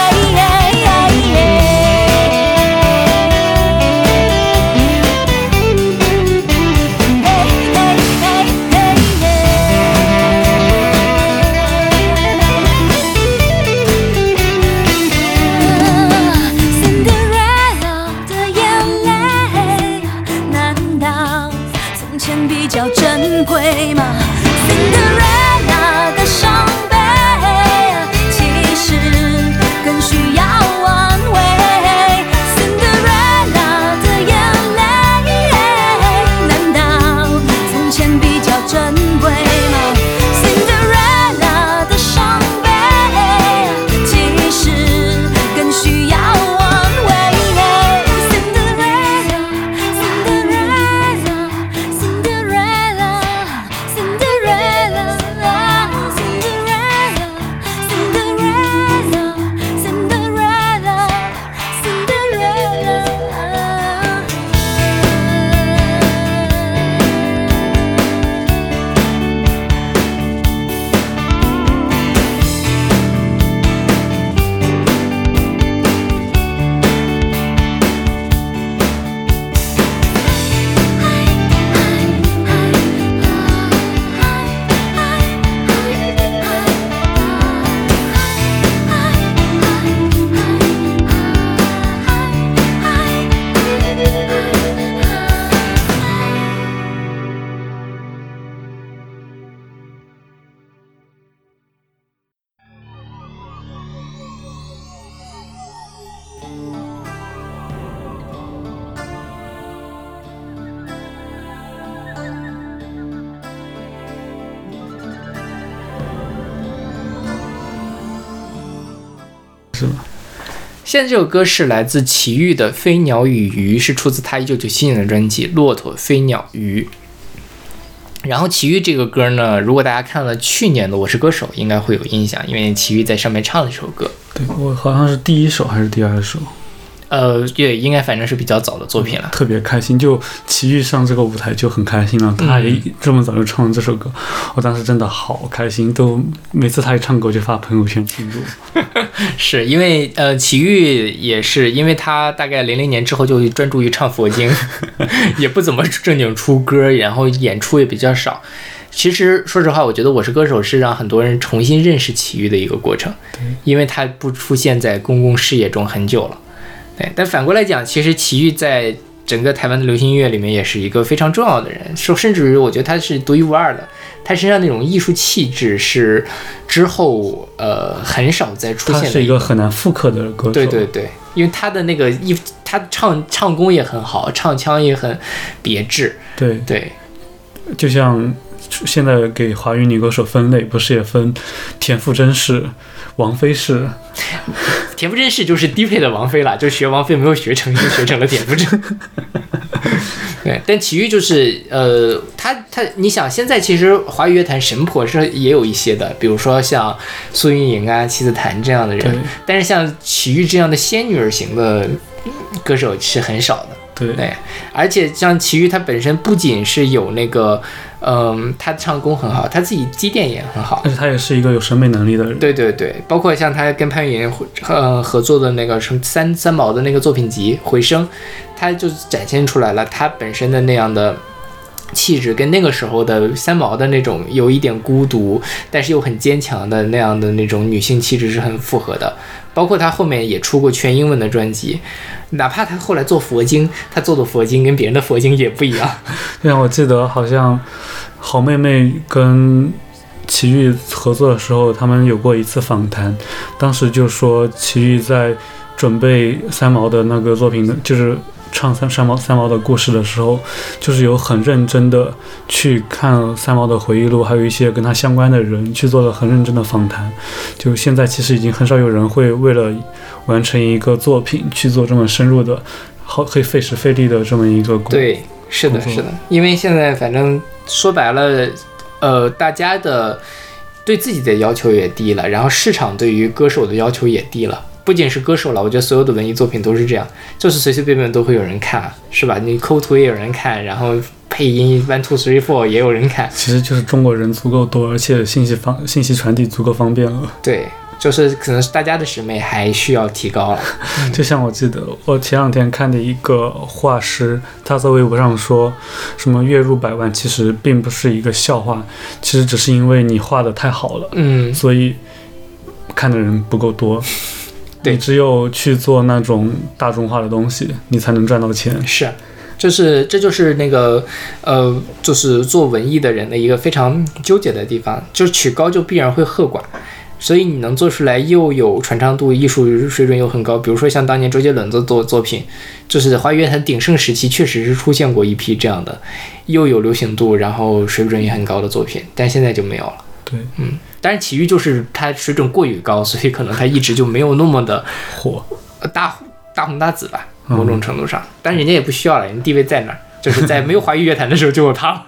是吧？ 现在这首歌是来自齐豫的《飞鸟与鱼》，是出自他1997年的专辑《骆驼飞鸟鱼》。然后齐豫这个歌呢，如果大家看了去年的《我是歌手》，应该会有印象，因为齐豫在上面唱了这首歌。 对，我好像是第一首还是第二首。 对，应该反正是比较早的作品了。 特别开心，就齐豫上这个舞台就很开心了。他也这么早就唱了这首歌，我当时真的好开心，都每次他一唱歌我就发朋友圈庆祝。 是因为齐豫也是因为他大概00年之后就专注于唱佛经，也不怎么正经出歌，然后演出也比较少。其实说实话，我觉得《我是歌手》是让很多人重新认识齐豫的一个过程，因为他不出现在公共视野中很久了。对，但反过来讲，其实齐豫在整个台湾的流行音乐里面也是一个非常重要的人，甚至于我觉得他是独一无二的，他身上那种艺术气质是之后很少再出现的。 他是一个很难复刻的歌手。 对对对，因为他的那个他唱功也很好，唱腔也很别致。 对对， 就像现在给华语女歌手分类，不是也分田馥甄式、王菲式？ 田馥甄式就是低配的王菲了，就学王菲没有学成，就学成了田馥甄。对，但齐豫就是你想现在其实华语乐坛神婆是也有一些的，比如说像苏运莹啊、七子檀这样的人，但是像齐豫这样的仙女儿型的歌手是很少的。对，而且像齐豫他本身不仅是有那个他唱功很好，他自己积淀也很好， 而且他也是一个有审美能力的人。 对对对，包括像他跟潘越云合作的那个什么三毛的那个作品集《回声》，他就展现出来了他本身的那样的气质，跟那个时候的三毛的那种有一点孤独但是又很坚强的那样的那种女性气质是很符合的。包括他后面也出过全英文的专辑，哪怕他后来做佛经，他做的佛经跟别人的佛经也不一样。 对啊，我记得好像好妹妹跟齐豫合作的时候，他们有过一次访谈，当时就说齐豫在准备三毛的那个作品的，就是唱三毛的故事的时候，就是有很认真的去看三毛的回忆录，还有一些跟他相关的人去做了很认真的访谈。就现在其实已经很少有人会为了完成一个作品去做这么深入的会费时费力的这么一个工作。 对，是的是的，因为现在反正说白了大家的对自己的要求也低了，然后市场对于歌手的要求也低了。不仅是歌手了，我觉得所有的文艺作品都是这样，就是随随便便都会有人看，是吧？你抠图也有人看，然后配音 1, 2, 3, 4也有人看。 其实就是中国人足够多，而且信息传递足够方便了。 对，就是可能大家的审美还需要提高了。 就像我记得我前两天看的一个画师，他在微博上说什么月入100万其实并不是一个笑话，其实只是因为你画的太好了，所以看的人不够多。你只有去做那种大众化的东西，你才能赚到钱。 是，这就是那个就是做文艺的人的一个非常纠结的地方，就是曲高就必然会和寡，所以你能做出来又有传唱度，艺术水准又很高。比如说像当年周杰伦的作品，就是华语乐坛鼎盛时期确实是出现过一批这样的又有流行度然后水准也很高的作品，但现在就没有了。 对， 当然齐豫就是他水准过于高，所以可能他一直就没有那么的火， 大红大紫吧，某种程度上。但人家也不需要了，人家地位在那儿，就是在没有华语乐坛的时候就有他了。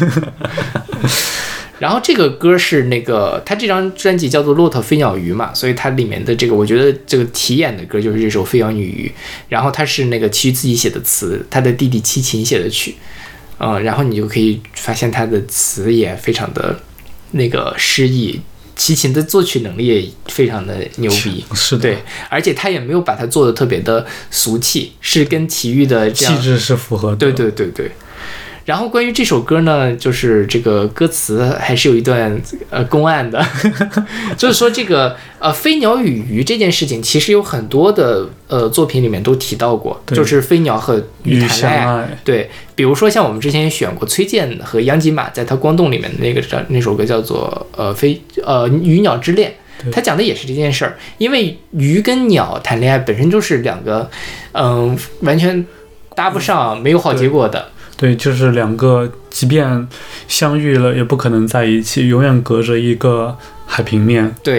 然后这个歌是那个他这张专辑叫做《骆驼飞鸟鱼》嘛，所以它里面的这个我觉得这个题眼的歌就是这首《飞鸟与鱼》，然后它是那个齐豫自己写的词，他的弟弟齐秦写的曲，然后你就可以发现他的词也非常的那个诗意，齐秦的作曲能力也非常的牛逼， 是的， 对，而且他也没有把它做的特别的俗气，是跟齐豫的这样气质是符合的， 对对对对。然后关于这首歌呢，就是这个歌词还是有一段公案的，就是说这个飞鸟与鱼这件事情，其实有很多的作品里面都提到过，就是飞鸟和鱼谈恋爱。对，比如说像我们之前也选过崔健和杨吉玛在他《光动》里面的那首歌叫做鱼鸟之恋。他讲的也是这件事儿，因为鱼跟鸟谈恋爱本身就是两个完全搭不上、没有好结果的。 对，就是两个即便相遇了也不可能在一起，永远隔着一个海平面。 对，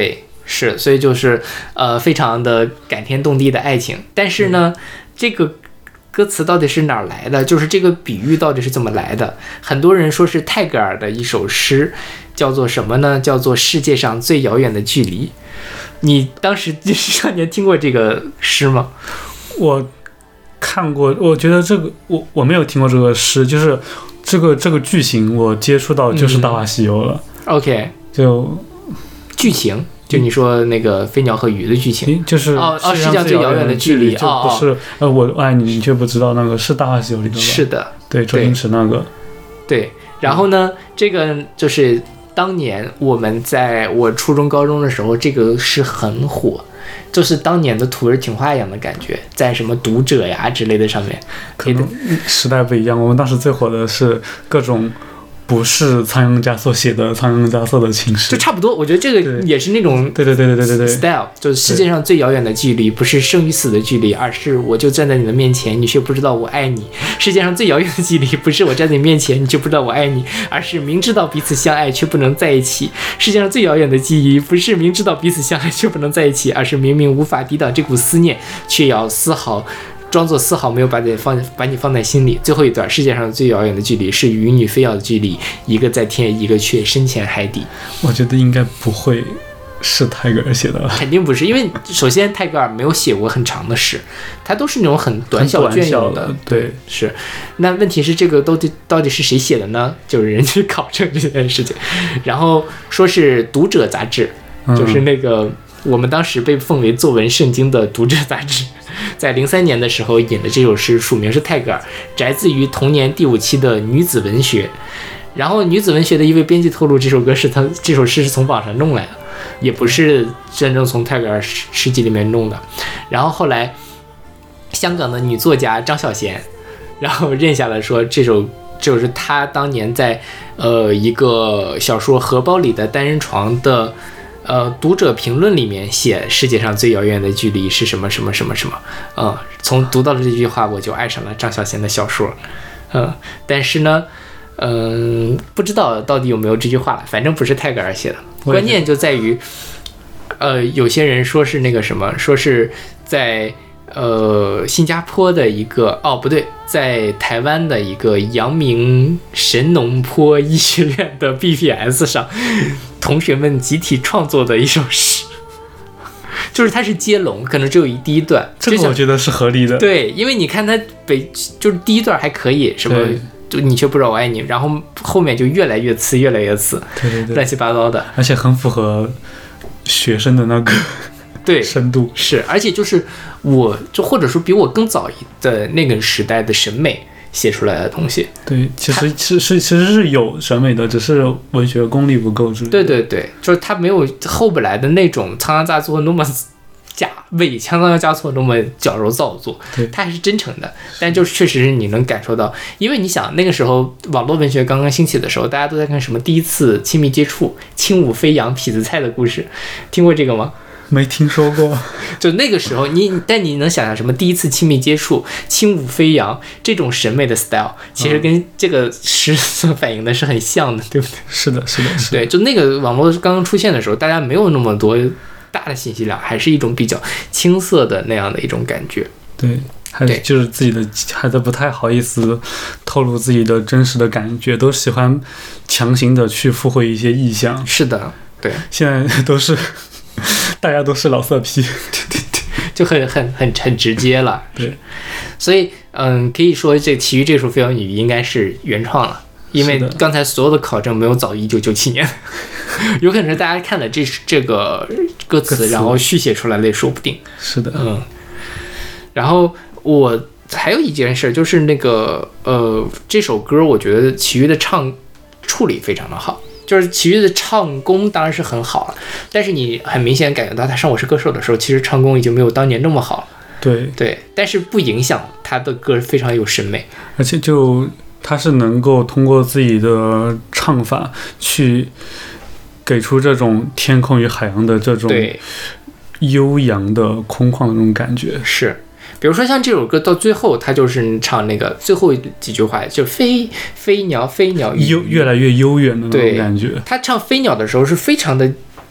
是，所以就是非常的感天动地的爱情。但是呢，这个歌词到底是哪儿来的？就是这个比喻到底是怎么来的？很多人说是泰戈尔的一首诗，叫做什么呢？叫做世界上最遥远的距离。你当时上年听过这个诗吗？ 我看过，我觉得这个我没有听过这个诗，就是这个剧情我接触到就是《大话西游》了。 OK， 就剧情。就你说那个飞鸟和鱼的剧情， 就是世界上最遥远的距离， 就不是我爱你，你却不知道，那个是《大话西游》里的吧？ 是的， 对，周星驰那个。 对，然后呢，这个就是当年在我初中高中的时候，这个是很火，就是当年的土味情话一样的感觉，在什么读者呀之类的上面。 可能时代不一样，我们当时最火的是各种。不是仓央嘉措写的仓央嘉措的情诗， 就差不多。我觉得这个也是那种对 style， 就是世界上最遥远的距离，不是生与死的距离，而是我就站在你的面前，你却不知道我爱你。世界上最遥远的距离，不是我站在你面前，你却不知道我爱你，而是明知道彼此相爱却不能在一起。世界上最遥远的记忆，不是明知道彼此相爱却不能在一起，而是明明无法抵挡这股思念，却要装作丝毫没有把你放在心里。最后一段，世界上最遥远的距离是与你非要的距离，一个在天，一个却深潜海底。 我觉得应该不会是泰戈尔写的， 肯定不是，因为首先泰戈尔没有写过很长的诗，他都是那种很短小隽永的。 对， 是。那问题是这个到底是谁写的呢？就是人去考证这件事情，然后说是《读者》杂志，就是那个我们当时被奉为作文圣经的《读者》杂志。在03年的时候引了这首诗，署名是泰戈尔，摘自于同年第5期的女子文学。然后女子文学的一位编辑透露，这首诗是从网上弄来的，也不是真正从泰戈尔诗集里面弄的。然后后来香港的女作家张小娴然后认下了，说这首就是她当年在一个小说《荷包里的单人床》的读者评论里面写世界上最遥远的距离是什么什么什么什么。从读到了这句话，我就爱上了张小娴的小说。但是呢不知道到底有没有这句话了，反正不是泰戈尔写的。关键就在于有些人说是那个什么，说是在新加坡的一个不对，在台湾的一个阳明神农坡医学院的 BPS 上，同学们集体创作的一首诗，就是它是接龙，可能只有第一段， 这个我觉得是合理的。 对，因为你看它就是第一段还可以，什么就你却不知道我爱你，然后后面就越来越次，越来越次， 对， 乱七八糟的， 而且很符合学生的那个对深度。 是，而且就是或者说比我更早的那个时代的审美写出来的东西。 对，其实是有审美的，只是文学功力不够。 对，就是他没有后边来的那种仓央嘉措那么伪仓央嘉措那么矫揉造作，他还是真诚的。但就确实是你能感受到，因为你想那个时候网络文学刚刚兴起的时候，大家都在看什么第一次亲密接触、轻舞飞扬、痞子蔡的故事，听过这个吗？ 没听说过。 就那个时候但你能想象什么第一次亲密接触、轻舞飞扬这种审美的 style， 其实跟这个诗所反映的是很像的，对不对？ 是的。 对，就那个网络刚刚出现的时候，大家没有那么多大的信息量，还是一种比较青涩的那样的一种感觉。 对，还是就是自己的孩子不太好意思透露自己的真实的感觉，都喜欢强行的去附会一些意象。 是的，对， 现在大家都是老色批， 对，就很直接了。 对， 所以可以说这其余这首《飞扬女》应该是原创了，因为刚才所有的考证没有早于1997年，有可能是大家看了这个歌词，然后续写出来的也说不定。 是的， 然后我还有一件事就是那个这首歌，我觉得其余的唱处理非常的好。就是其余的唱功当然是很好了，但是你很明显感觉到他上《我是歌手》的时候，其实唱功已经没有当年那么好了。对，但是不影响他的歌非常有审美， 而且他是能够通过自己的唱法去给出这种天空与海洋的这种悠扬的空旷的那种感觉。 是。比如说像这首歌到最后，他就是唱那个最后几句话，就飞鸟， 越来越悠远的那种感觉。 他唱飞鸟的时候是非常的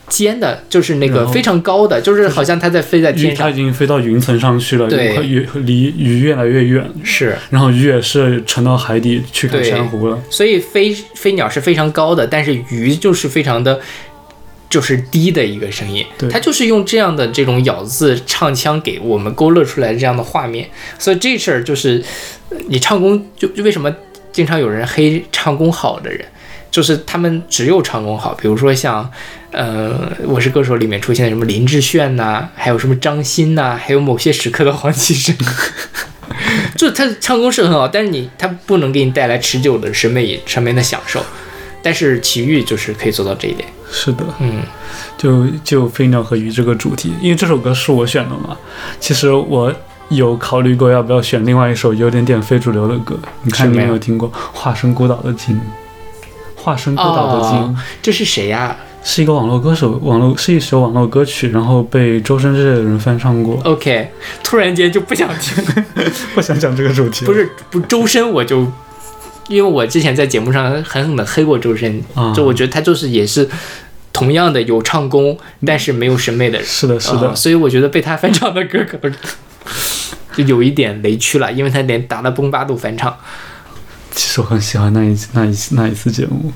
尖的，就是那个非常高的，就是好像它在飞在天上。 它已经飞到云层上去了， 对， 离鱼越来越远。 是， 然后鱼也是沉到海底去看珊瑚了。 所以飞鸟是非常高的，但是鱼就是非常的。就是低的一个声音，它就是用这样的这种咬字唱腔给我们勾勒出来这样的画面，所以这事儿就是你唱功就为什么经常有人黑唱功好的人，就是他们只有唱功好，比如说像我是歌手里面出现的什么林志炫呐，还有什么张欣呐，还有某些时刻的黄绮珊。就他唱功是很好，但是他不能给你带来持久的审美上面的享受，但是齐豫就是可以做到这一点。 是的，就飞鸟和鱼这个主题，因为这首歌是我选的嘛。其实我有考虑过要不要选另外一首有点非主流的歌，你看你有没有听过《化身孤岛的鲸》？化身孤岛的鲸， 这是谁呀？ 是一个网络歌手，是一首网络歌曲，然后被周深这类的人翻唱过。 OK， 突然间就不想听， 不想讲这个主题。 不周深我就。因为我之前在节目上狠狠的黑过周深，就我觉得他就是也是同样的有唱功，但是没有审美的人。 是的，是的。 所以我觉得被他翻唱的歌可能就有一点雷区了，因为他连达拉崩巴都翻唱。 其实我很喜欢那一次节目。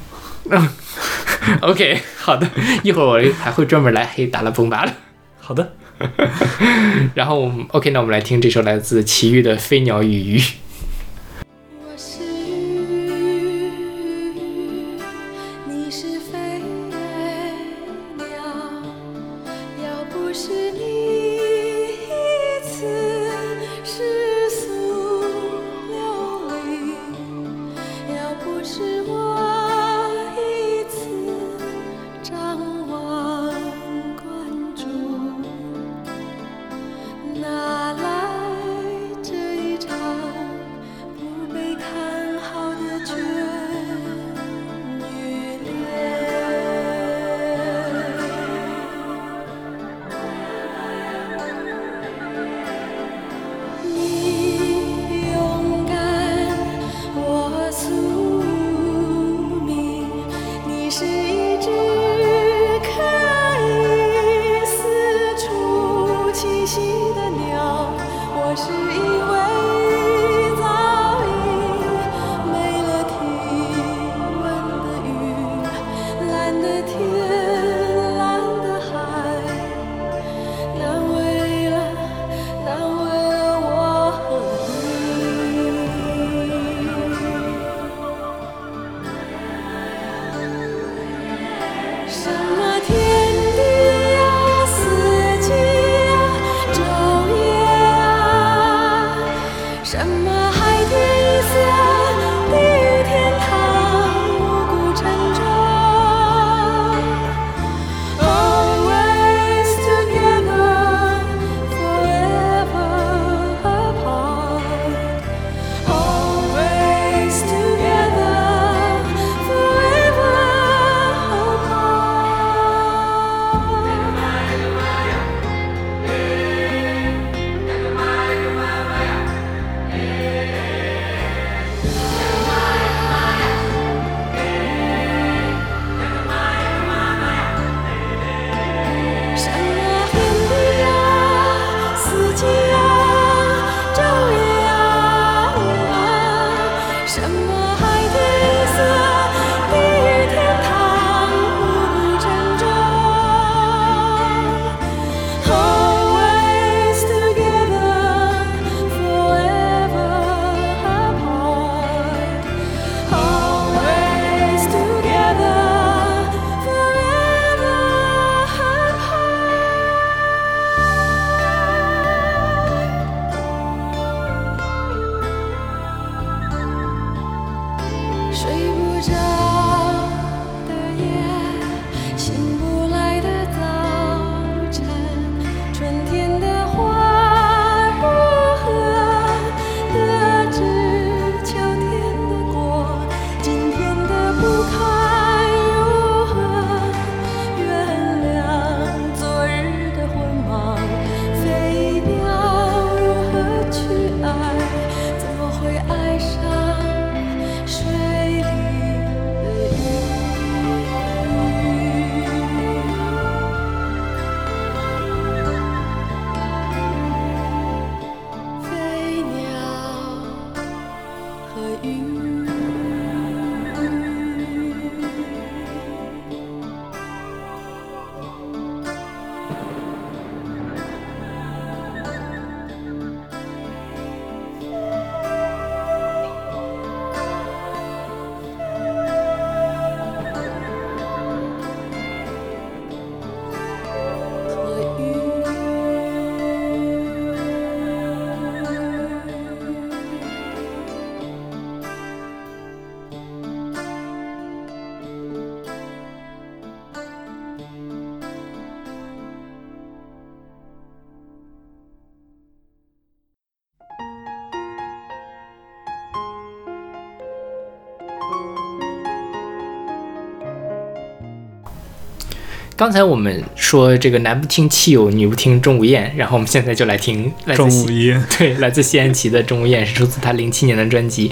OK， 好的，一会儿我还会专门来黑达拉崩巴的。 好的。 然后OK， 那我们来听这首来自齐豫的《飞鸟与鱼》。 哪来这一场刚才我们说这个男不听戚友，女不听钟无艳，然后我们现在就来听钟无艳， 对，来自谢安琪的钟无艳，是出自他07年的专辑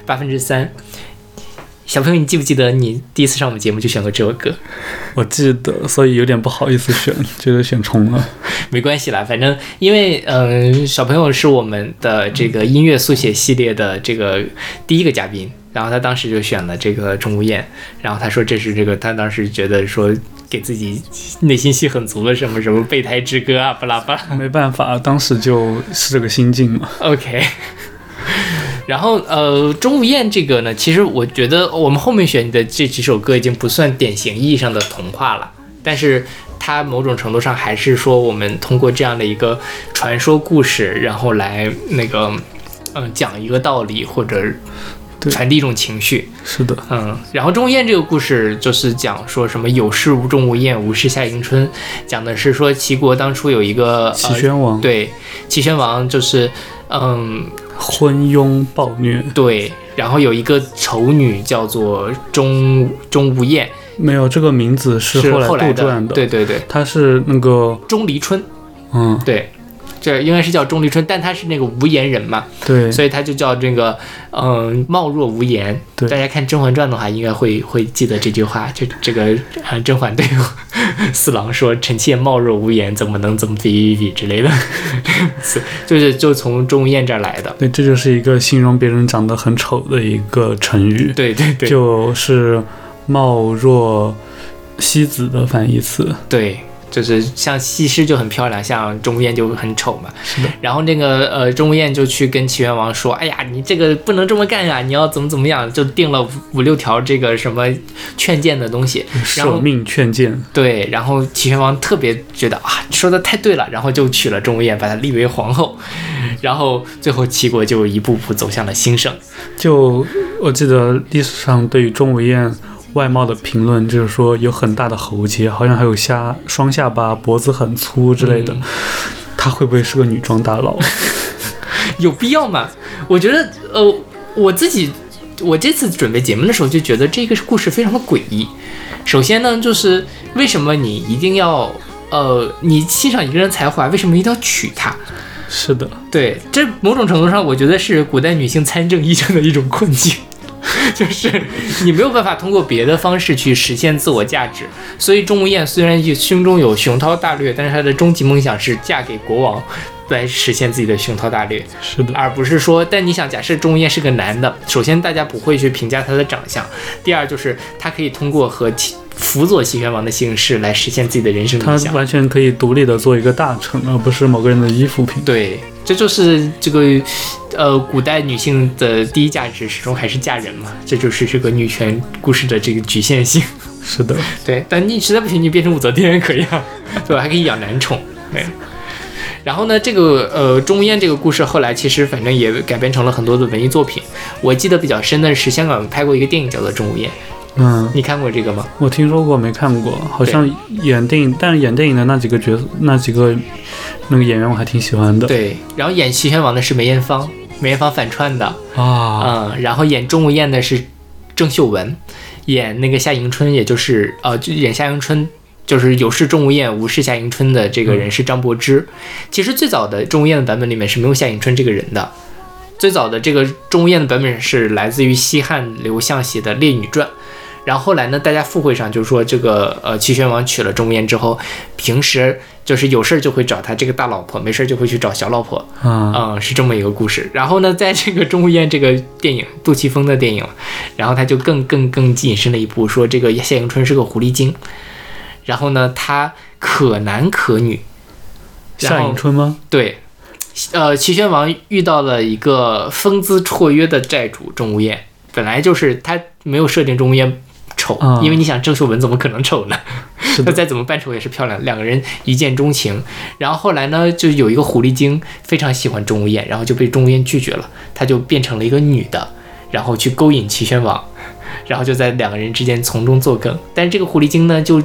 3%。小朋友，你记不记得你第一次上我们节目就选过这首歌？ 我记得，所以有点不好意思选，觉得选重了。 没关系啦，反正因为小朋友是我们的这个音乐速写系列的这个第一个嘉宾，然后他当时就选了这个钟无艳，然后他说这是这个他当时觉得说给自己内心戏很足的什么什么备胎之歌啊，巴拉巴拉。 没办法，当时就是这个心境嘛。 OK。然后钟无艳这个呢，其实我觉得我们后面选的这几首歌已经不算典型意义上的童话了，但是它某种程度上还是说我们通过这样的一个传说故事，然后来那个讲一个道理或者传递一种情绪。 是的， 然后钟无艳这个故事就是讲说什么有事钟无艳，无事夏迎春，讲的是说齐国当初有一个齐宣王， 对，齐宣王就是昏庸暴虐， 对，然后有一个丑女叫做钟无艳， 没有，这个名字是后来杜撰的， 对对对， 她是那个钟离春，对，这应该是叫钟离春，但他是那个无言人嘛， 对， 所以他就叫这个貌若无言。 对， 大家看《甄嬛传》的话，应该会记得这句话，就这个甄嬛对四郎说：“臣妾貌若无言，怎么能怎么比之类的。”就从钟无艳这儿来的。 对，这就是一个形容别人长得很丑的一个成语。 对对对， 就是貌若西子的反义词。 对。就是像西施就很漂亮，像钟无艳就很丑嘛。 是的。 然后那个钟无艳就去跟齐宣王说：“哎呀，你这个不能这么干呀，你要怎么样？”就定了5-6条这个什么劝谏的东西， 舍命劝谏。 对，然后齐宣王特别觉得啊，你说的太对了，然后就娶了钟无艳，把她立为皇后。然后最后齐国就一步步走向了兴盛。 就我记得历史上对于钟无艳外貌的评论就是说有很大的喉结，好像还有双下巴，脖子很粗之类的。她会不会是个女装大佬？ 有必要吗？我觉得我这次准备节目的时候就觉得这个故事非常的诡异。首先呢，就是为什么你一定要你欣赏一个人才华，为什么一定要娶她？ 是的， 对，这某种程度上我觉得是古代女性参政议政的一种困境。就是你没有办法通过别的方式去实现自我价值，所以钟无艳虽然胸中有雄韬大略，但是她的终极梦想是嫁给国王来实现自己的雄韬大略。 是的， 而不是说，但你想，假设钟无艳是个男的，首先大家不会去评价他的长相，第二就是他可以通过和辅佐齐宣王的姓氏来实现自己的人生理想， 他完全可以独立的做一个大臣，而不是某个人的依附品。 对，这就是这个古代女性的第一价值始终还是嫁人嘛，这就是这个女权故事的这个局限性。 是的， 对，但你实在不行，你变成武则天也可以啊，对吧？还可以养男宠。对。然后呢，这个钟无艳这个故事后来其实反正也改编成了很多的文艺作品。我记得比较深的是香港拍过一个电影叫做《钟无艳》。你看过这个吗？ 我听说过，没看过。好像演电影，但是演电影的那几个那个演员我还挺喜欢的。 对，然后演齐宣王的是梅艳芳反串的啊。然后演钟无艳的是郑秀文，演那个夏迎春，也就是就演夏迎春。就是有事钟无艳，无事夏迎春的这个人是张柏芝。其实最早的钟无艳的版本里面是没有夏迎春这个人的，最早的这个钟无艳的版本是来自于西汉刘向写的《列女传》。然后后来呢，大家附会上就是说这个齐宣王娶了钟无艳之后，平时就是有事就会找他这个大老婆，没事就会去找小老婆，是这么一个故事。然后呢，在这个钟无艳这个电影，杜琪峰的电影，然后他就更引申了一步，说这个夏迎春是个狐狸精。然后呢，他可男可女。 夏迎春吗？ 对，齐宣王遇到了一个风姿绰约的债主钟无艳，本来就是他没有设定钟无艳丑，因为你想郑秀文怎么可能丑呢？他再怎么扮丑也是漂亮，两个人一见钟情。然后后来呢，就有一个狐狸精非常喜欢钟无艳，然后就被钟无艳拒绝了，他就变成了一个女的，然后去勾引齐宣王，然后就在两个人之间从中作梗。但是这个狐狸精呢，就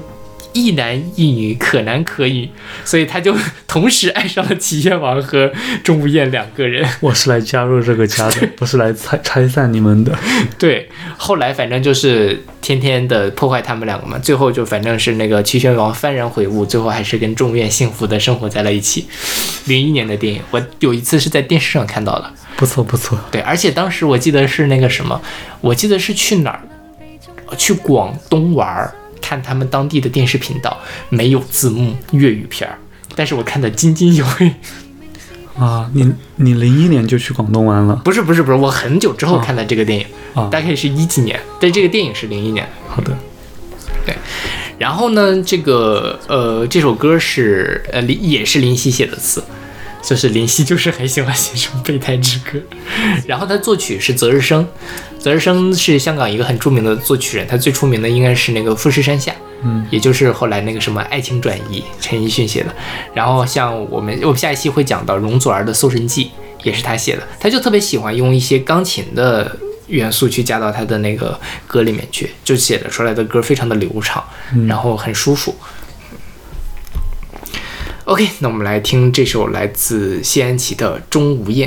一男一女，可男可女，所以他就同时爱上了齐宣王和钟无艳2个人。 我是来加入这个家的，不是来拆散你们的。 对，后来反正就是天天的破坏他们2个嘛，最后就反正是那个齐宣王幡然悔悟，最后还是跟钟无艳幸福的生活在了一起。01年的电影，我有一次是在电视上看到的。 不错不错。 对，而且当时我记得是那个什么，我记得是去哪儿，去广东玩，看他们当地的电视频道，没有字幕粤语片，但是我看得津津有味。 啊，你01年就去广东玩了？ 不是，我很久之后看的这个电影，大概是10几年，但这个电影是01年。 好的。 对，然后呢，这首歌是也是林夕写的词。就是林夕就是很喜欢写这种备胎之歌，然后他作曲是泽日生，泽日生是香港一个很著名的作曲人，他最出名的应该是那个富士山下，也就是后来那个什么爱情转移，陈奕迅写的。然后像我们下一期会讲到容祖儿的《搜神记》，也是他写的，他就特别喜欢用一些钢琴的元素去加到他的那个歌里面去，就写的出来的歌非常的流畅，然后很舒服。OK， 那我们来听这首来自谢安琪的《钟无艳》。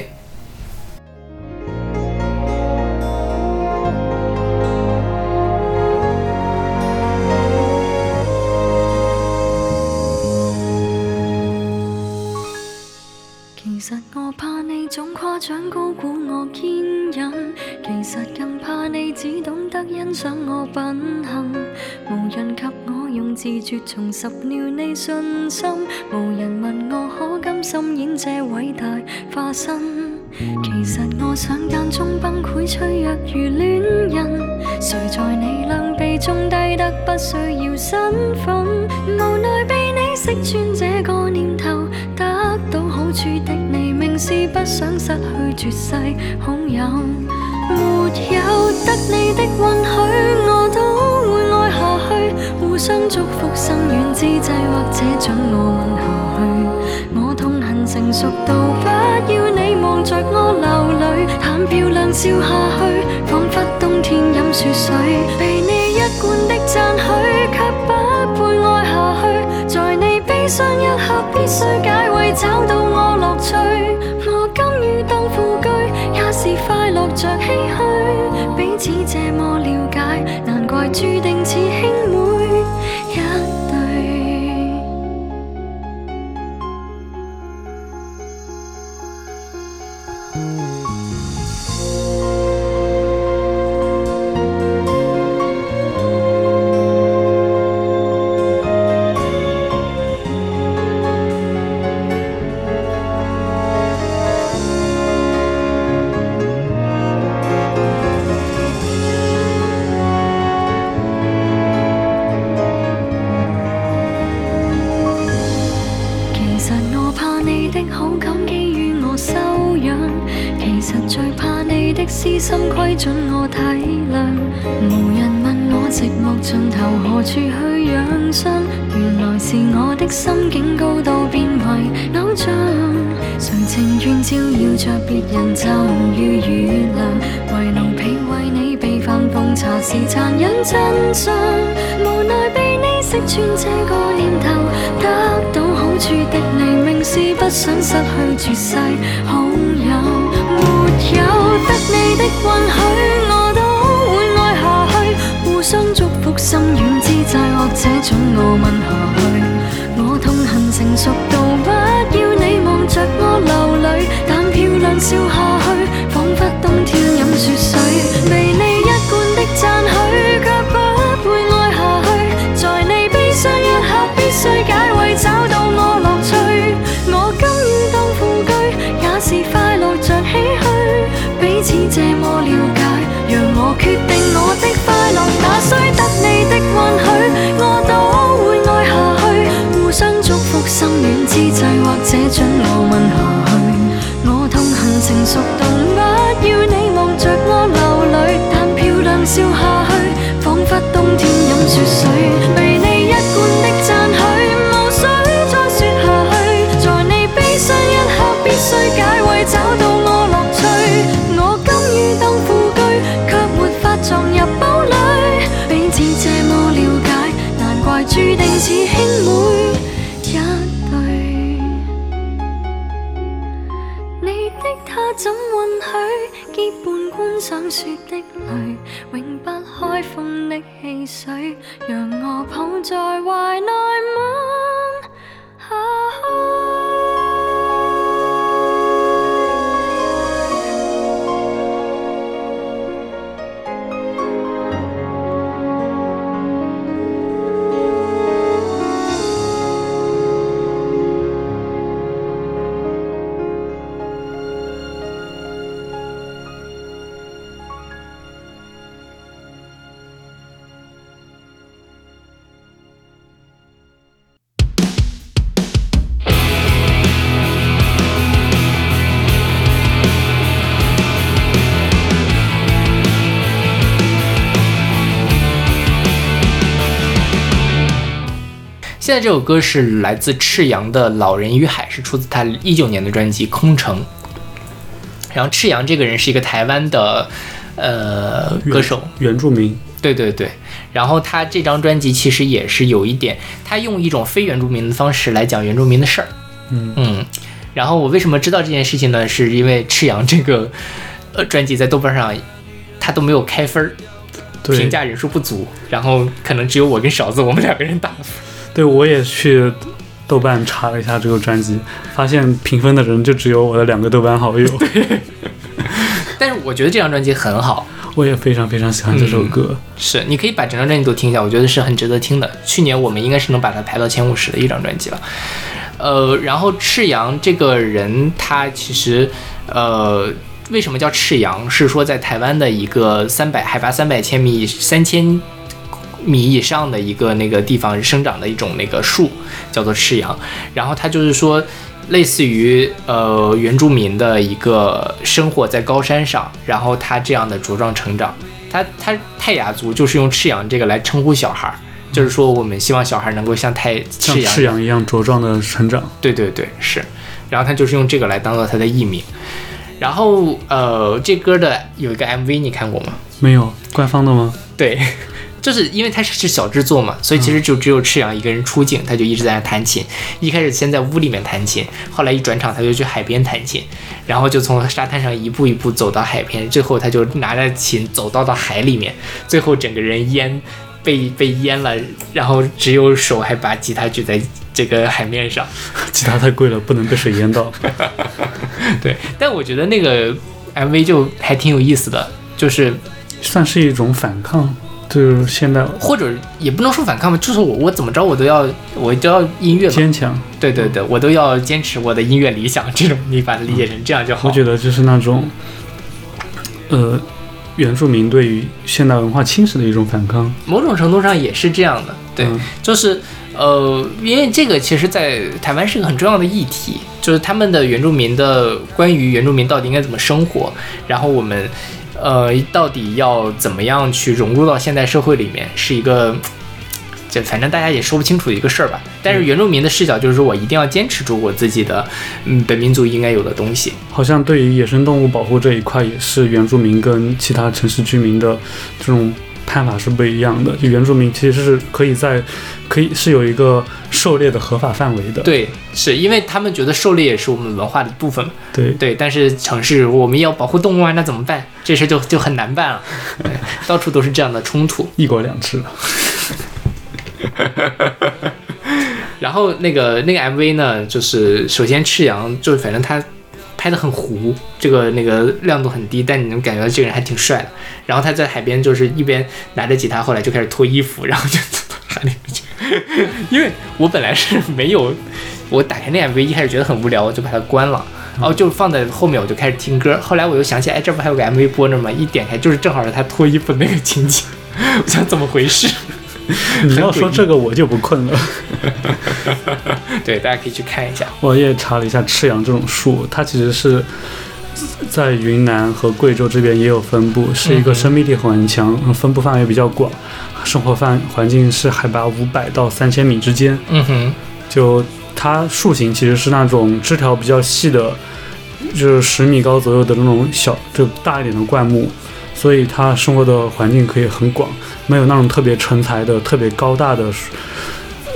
其實我怕你總誇獎高估我堅忍，其實更怕你只懂得欣賞我品行，無人及我用自絕重拾了你信心，無人問我可甘心演這偉大化身，其實我想間中崩潰脆弱如戀人，誰在你兩臂中低得不需要身份，無奈被你識穿這個念頭，得到好處的你明是不想失去絕世好友，沒有得你的允許我都會愛下去，互相祝福生遠之際或者准我吻下去，我痛恨成熟到不要你望着我流淚，淡漂亮笑下去，彷彿冬天飲雪水，被你一貫的讚許卻不配愛下去，在你悲傷一刻必須解圍找到我樂趣，我甘於當副居也是快樂着唏噓，彼此這麼了解，難怪注定似兄妹一對。私心規准我體諒，無人問我寂寞盡頭何處去養傷，原來是我的心境高到變為偶像，誰情願照耀着別人就如雨亮，為奴婢為你備飯奉茶是殘忍真相，無奈被你識穿這個念頭，得到好處的你明是不想失去絕世好友，沒有得你的允許我都會愛下去，互相祝福心軟之際或者准我吻下去，我痛恨成熟到不要你望着我流淚，但漂亮笑下去，彷彿冬天飲雪水，被你一貫的讚許卻不配愛下去，在你悲傷一刻必須解圍找到我樂趣，我甘於當副居也是快樂着唏噓，彼此這麼了解，讓我決定我的快樂，那須得你的允許，我都會愛下去，互相祝福心軟之際，或者准我吻下去，我痛恨成熟到不要你望着我流淚，但漂亮笑下去，彷彿冬天飲雪水，被你一貫的讚許，無需再說下去，在你悲傷一刻必須解圍找到我樂趣，我甘於當副居，卻沒法撞入堡壘，彼此這麼了解，難怪注定情似兄妹一對，你的他怎允許結伴觀賞雪的淚，永不開封的汽水，讓我抱在懷內吻下去。 现在这首歌是来自赤阳的《老人与海》，是出自他19年的专辑《空城》。然后赤阳这个人是一个台湾的歌手， 原住民。 对对对。然后他这张专辑其实也是有一点，他用一种非原住民的方式来讲原住民的事儿。然后我为什么知道这件事情呢？是因为赤阳这个专辑在豆瓣上他都没有开分，评价人数不足，然后可能只有我跟勺子我们2个人打了分。 对，我也去豆瓣查了一下这个专辑，发现评分的人就只有我的2个豆瓣好友。 但是我觉得这张专辑很好， 我也非常非常喜欢这首歌。 是，你可以把整张专辑都听一下，我觉得是很值得听的。去年我们应该是能把它排到前50的一张专辑了。然后赤阳这个人，他其实为什么叫赤阳？是说在台湾的一个海拔300千米、3000米以上的一个那个地方生长的一种那个树，叫做赤阳。然后它就是说，类似于原住民的一个生活在高山上，然后他这样的茁壮成长。他泰雅族就是用赤阳这个来称呼小孩，就是说我们希望小孩能够像赤阳一样茁壮的成长。 对对对，是。然后他就是用这个来当做他的艺名。然后这歌的有一个 MV 你看过吗？ 没有，官方的吗？ 对。就是因为他是小制作嘛，所以其实就只有赤阳一个人出镜，他就一直在那弹琴。一开始先在屋里面弹琴，后来一转场他就去海边弹琴，然后就从沙滩上一步一步走到海边，最后他就拿着琴走到海里面，最后整个人被淹了，然后只有手还把吉他举在这个海面上。 吉他太贵了，不能被水淹到。 对，但我觉得那个 MV 就还挺有意思的，就是算是一种反抗。就是现在， 或者也不能说反抗吧，就是我怎么着我都要音乐嘛， 坚强。 对对对，我都要坚持我的音乐理想，这种你把它理解成这样就好。 我觉得就是那种原住民对于现代文化侵蚀的一种反抗， 某种程度上也是这样的。对，就是因为这个其实在台湾是个很重要的议题，就是他们的原住民的关于原住民到底应该怎么生活，然后我们到底要怎么样去融入到现代社会里面，是一个就反正大家也说不清楚的一个事儿吧。但是原住民的视角就是说我一定要坚持住我自己的本民族应该有的东西。 好像对于野生动物保护这一块也是原住民跟其他城市居民的这种看法是不一样的。就原住民其实是可以是有一个狩猎的合法范围的。 对，是因为他们觉得狩猎也是我们文化的部分。 对对，但是城市我们要保护动物啊，那怎么办？这事就很难办了。到处都是这样的冲突。 1国2制。 然后那个 MV 呢，就是首先赤阳就是反正他拍得很糊，那个亮度很低，但你能感觉到这个人还挺帅的。然后他在海边就是一边拿着吉他，后来就开始脱衣服，然后就走到海里面去。因为我本来是没有，我打开那 MV 一开始觉得很无聊，我就把它关了，然后就放在后面，我就开始听歌。后来我又想起来，这不还有个 MV 播着吗？一点开就是正好是他脱衣服的那个情景，我想怎么回事？ 你要说这个我就不困了。 对，大家可以去看一下。 我也查了一下赤阳这种树，它其实是在云南和贵州这边也有分布，是一个生命力很强，分布范围比较广，生活环境是海拔500到3000米之间。就它树形其实是那种枝条比较细的，就是10米高左右的那种就大一点的灌木。所以它生活的环境可以很广，没有那种特别成材的、特别高大的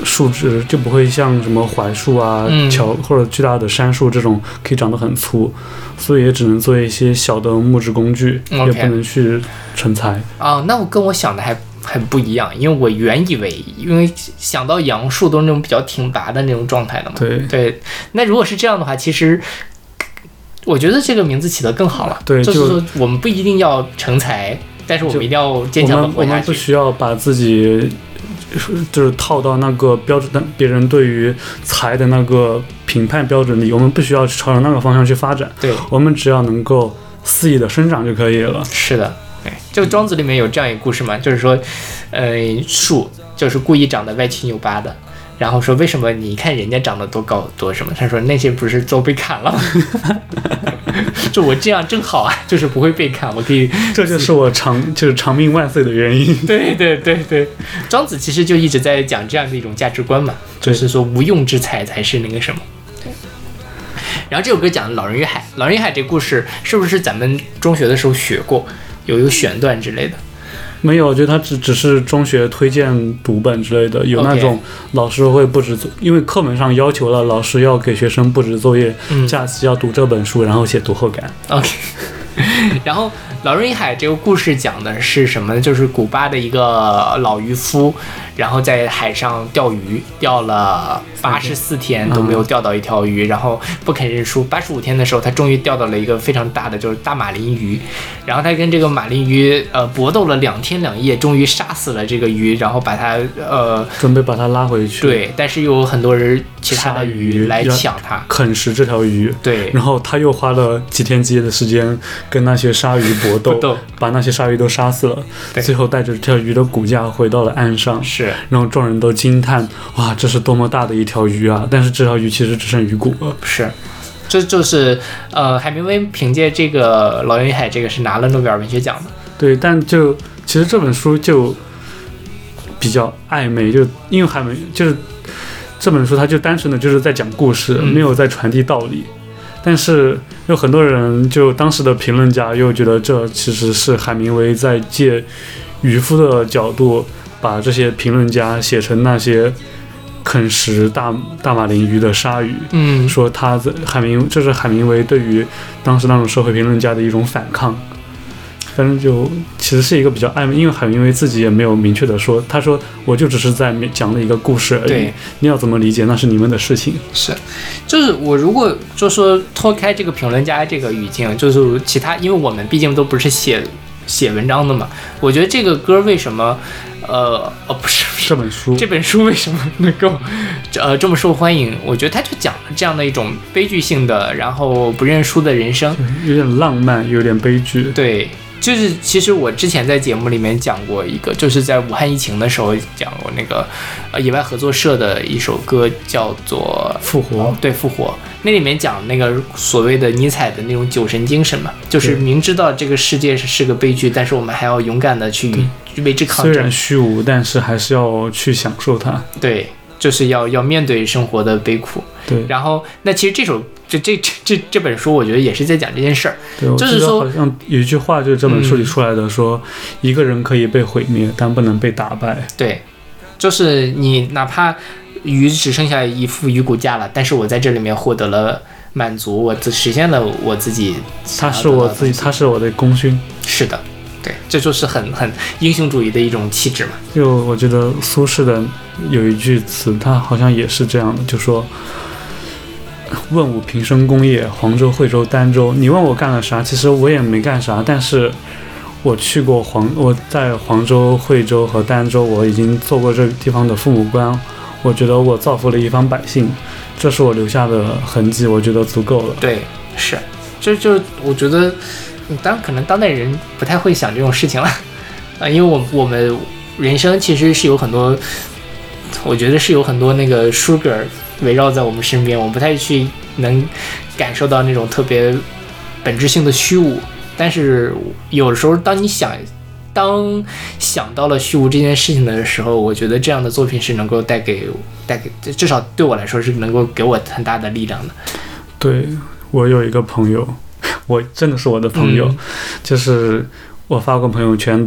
树枝，就不会像什么槐树啊、或者巨大的杉树这种可以长得很粗，所以也只能做一些小的木质工具，也不能去成材。 那我跟我想的还很不一样，因为我原以为，因为想到杨树都是那种比较挺拔的那种状态的嘛。对，那如果是这样的话，其实我觉得这个名字起得更好了。 对， 就是说我们不一定要成材，但是我们一定要坚强的活下去。 我们不需要把自己就是套到那个标准的别人对于才的那个评判标准里，我们不需要朝着那个方向去发展。 对， 我们只要能够肆意的生长就可以了。 是的。这个庄子里面有这样一个故事嘛，就是说树就是故意长得歪七扭八的，然后说为什么你看人家长得多高多什么，他说那些不是都被砍了吗？就我这样正好啊，就是不会被砍，我可以， 这就是我长命万岁的原因。 对，庄子其实就一直在讲这样的一种价值观嘛，就是说无用之才才是那个什么。然后这首歌讲的老人与海，老人与海这故事是不是咱们中学的时候学过，有一个选段之类的？ 没有，我觉得它只是中学推荐读本之类的，有那种老师会布置，因为课本上要求了老师要给学生布置作业，假期要读这本书，然后写读后感。 OK。然后老人与海这个故事讲的是什么呢？就是古巴的一个老渔夫，然后在海上钓鱼，钓了84天都没有钓到一条鱼，然后不肯认输。85天的时候，他终于钓到了一个非常大的，就是大马林鱼。然后他跟这个马林鱼搏斗了2天2夜，终于杀死了这个鱼，然后把它准备把它拉回去。 对，但是又有很多人其他的鱼来抢它， 啃食这条鱼。 对， 然后他又花了几天几夜的时间跟那些鲨鱼搏斗，把那些鲨鱼都杀死了，最后带着这条鱼的骨架回到了岸上。 是， 然后众人都惊叹，哇，这是多么大的一条鱼啊！但是这条鱼其实只剩鱼骨了。 是，这就是海明威凭借这个《老人与海》这个是拿了诺贝尔文学奖的。 对，但就其实这本书就比较暧昧，就因为海明就是这本书它就单纯的就是在讲故事，没有在传递道理。但是有很多人，就当时的评论家又觉得这其实是海明威在借渔夫的角度，把这些评论家写成那些啃食大马林鱼的鲨鱼。说这是海明威对于当时那种社会评论家的一种反抗。反正就其实是一个比较暧昧，因为海明威自己也没有明确的说，他说我就只是在讲了一个故事而已，你要怎么理解那是你们的事情。 是，就是我如果就说脱开这个评论家这个语境，就是其他，因为我们毕竟都不是写文章的嘛，我觉得这个歌为什么不是这本书为什么能够这么受欢迎？我觉得他就讲了这样的一种悲剧性的，然后不认输的人生， 有点浪漫，有点悲剧。 对。就是其实我之前在节目里面讲过一个，就是在武汉疫情的时候讲过那个野外合作社的一首歌，叫做复活。 对，复活。那里面讲那个所谓的尼采的那种酒神精神嘛，就是明知道这个世界是个悲剧，但是我们还要勇敢的去为之抗争。 虽然虚无，但是还是要去享受它。 对，就是要面对生活的悲苦。 对， 然后那其实这本书我觉得也是在讲这件事儿。 对， 就是说好像有一句话就是这本书里出来的，说一个人可以被毁灭，但不能被打败。 对，就是你哪怕鱼只剩下一副鱼骨架了，但是我在这里面获得了满足，我实现了我自己。 他是我的功勋。 是的，对，这就是很英雄主义的一种气质嘛。 就我觉得苏轼的有一句词，他好像也是这样的，就说问吾平生功业，黄州、惠州、儋州。你问我干了啥，其实我也没干啥，但是我去过我在黄州、惠州和儋州，我已经做过这个地方的父母官，我觉得我造福了一方百姓，这是我留下的痕迹，我觉得足够了。 对，是，就我觉得，可能当代人不太会想这种事情了，因为我们人生其实是有很多，我觉得是有很多那个 sugar 围绕在我们身边，我们不太去能感受到那种特别本质性的虚无。但是有的时候当想到了虚无这件事情的时候，我觉得这样的作品是能够带给至少对我来说是能够给我很大的力量的。 对，我有一个朋友，我真的是我的朋友，就是我发过朋友圈的，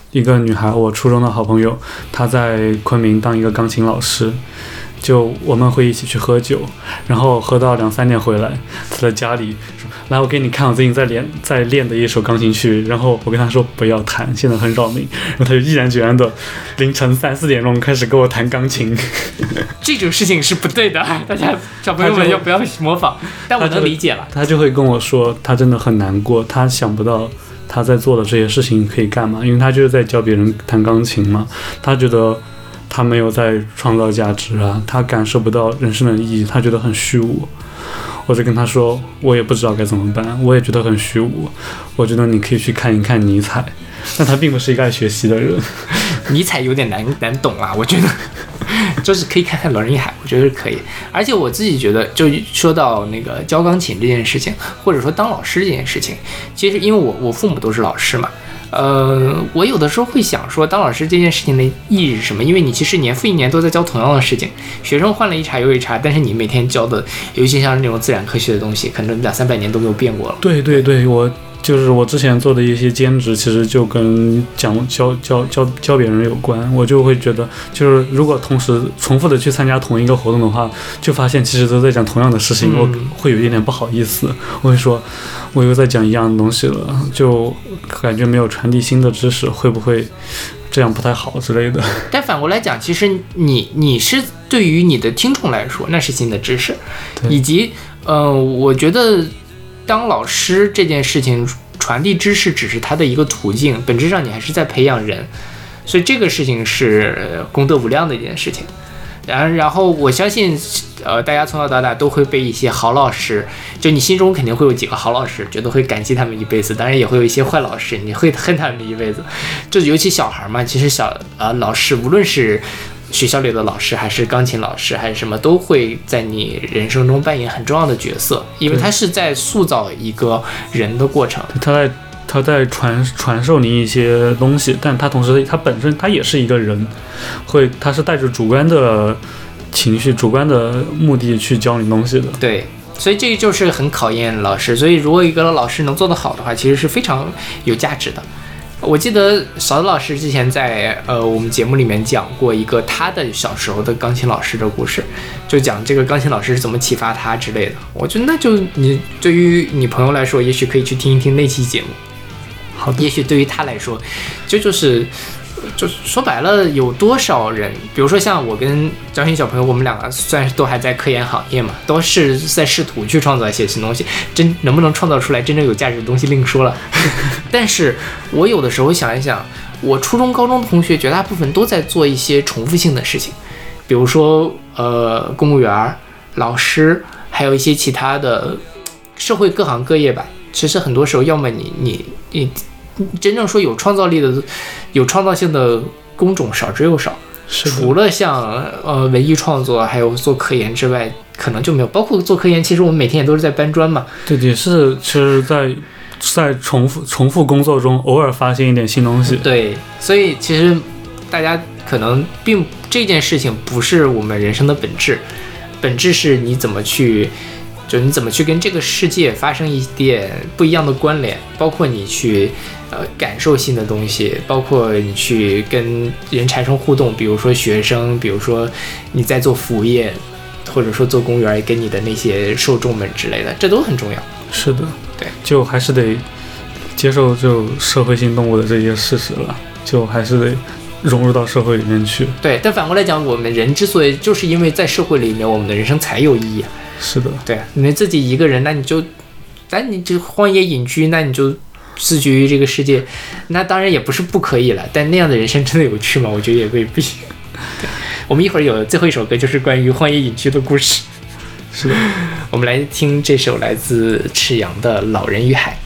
一个女孩，我初中的好朋友，她在昆明当一个钢琴老师，就我们会一起去喝酒，然后喝到2-3点回来，她在家里说：“来，我给你看我最近在练的一首钢琴曲。”然后我跟她说不要弹，现在很扰民。然后她就毅然决然的凌晨3-4点钟开始跟我弹钢琴。 这种事情是不对的，大家小朋友们要不要模仿？但我能理解了。 她就会跟我说，她真的很难过，她想不到她在做的这些事情可以干嘛，因为她就是在教别人弹钢琴嘛，她觉得他没有在创造价值啊，他感受不到人生的意义，他觉得很虚无。我就跟他说，我也不知道该怎么办，我也觉得很虚无。我觉得你可以去看一看尼采，但他并不是一个爱学习的人。 尼采有点难懂啊，我觉得就是可以看看《老人与海》，我觉得是可以。而且我自己觉得，就说到那个教钢琴这件事情，或者说当老师这件事情，其实因为我父母都是老师嘛。我有的时候会想说，当老师这件事情的意义是什么？因为你其实年复一年都在教同样的事情，学生换了一茬又一茬，但是你每天教的，尤其像那种自然科学的东西，可能200-300年都没有变过了。对对对，我之前做的一些兼职，其实就跟教别人有关。我就会觉得，就是如果同时重复的去参加同一个活动的话，就发现其实都在讲同样的事情，我会有一点点不好意思。我会说，我又在讲一样的东西了，就感觉没有传递新的知识，会不会这样不太好之类的？ 但反过来讲，其实你是对于你的听众来说，那是新的知识，以及我觉得。当老师这件事情，传递知识只是他的一个途径，本质上你还是在培养人，所以这个事情是功德无量的一件事情。然后我相信，大家从小到大都会被一些好老师，就你心中肯定会有几个好老师，觉得会感激他们一辈子，当然也会有一些坏老师，你会恨他们一辈子。就尤其小孩嘛，其实老师无论是学校里的老师还是钢琴老师还是什么，都会在你人生中扮演很重要的角色，因为他是在塑造一个人的过程。 他在传授你一些东西，但他同时他本身他也是一个人，他是带着主观的情绪、主观的目的去教你东西的。 对，所以这就是很考验老师。所以如果一个老师能做得好的话，其实是非常有价值的。我记得勺子老师之前在我们节目里面讲过一个他的小时候的钢琴老师的故事，就讲这个钢琴老师是怎么启发他之类的。我觉得那就你对于你朋友来说，也许可以去听一听那期节目。 好的， 也许对于他来说，就是说白了，有多少人，比如说像我跟张鑫小朋友，我们两个虽然都还在科研行业嘛，都是在试图去创造一些新东西，能不能创造出来真正有价值的东西另说了。但是我有的时候想一想，我初中高中同学绝大部分都在做一些重复性的事情，比如说公务员、老师，还有一些其他的社会各行各业吧。其实很多时候，要么你真正说有创造力的、有创造性的工种少之又少。除了像文艺创作还有做科研之外，可能就没有。包括做科研，其实我们每天也都是在搬砖嘛。 对，也是，其实在重复工作中，偶尔发现一点新东西。 对，所以其实大家可能这件事情不是我们人生的本质，本质是你怎么去跟这个世界发生一点不一样的关联，包括你去感受新的东西，包括你去跟人产生互动，比如说学生，比如说你在做服务业，或者说做公务员跟你的那些受众们之类的，这都很重要。 是的， 对， 就还是得接受就社会性动物的这些事实了，就还是得融入到社会里面去。 对，但反过来讲，我们人之所以就是因为在社会里面，我们的人生才有意义。 是的， 对，你自己一个人，那你就荒野隐居，那你就自居于这个世界，那当然也不是不可以了。但那样的人生真的有趣吗？我觉得也未必。我们一会儿有最后一首歌，就是关于荒野隐居的故事。 是的， 我们来听这首来自赤阳的《老人与海》。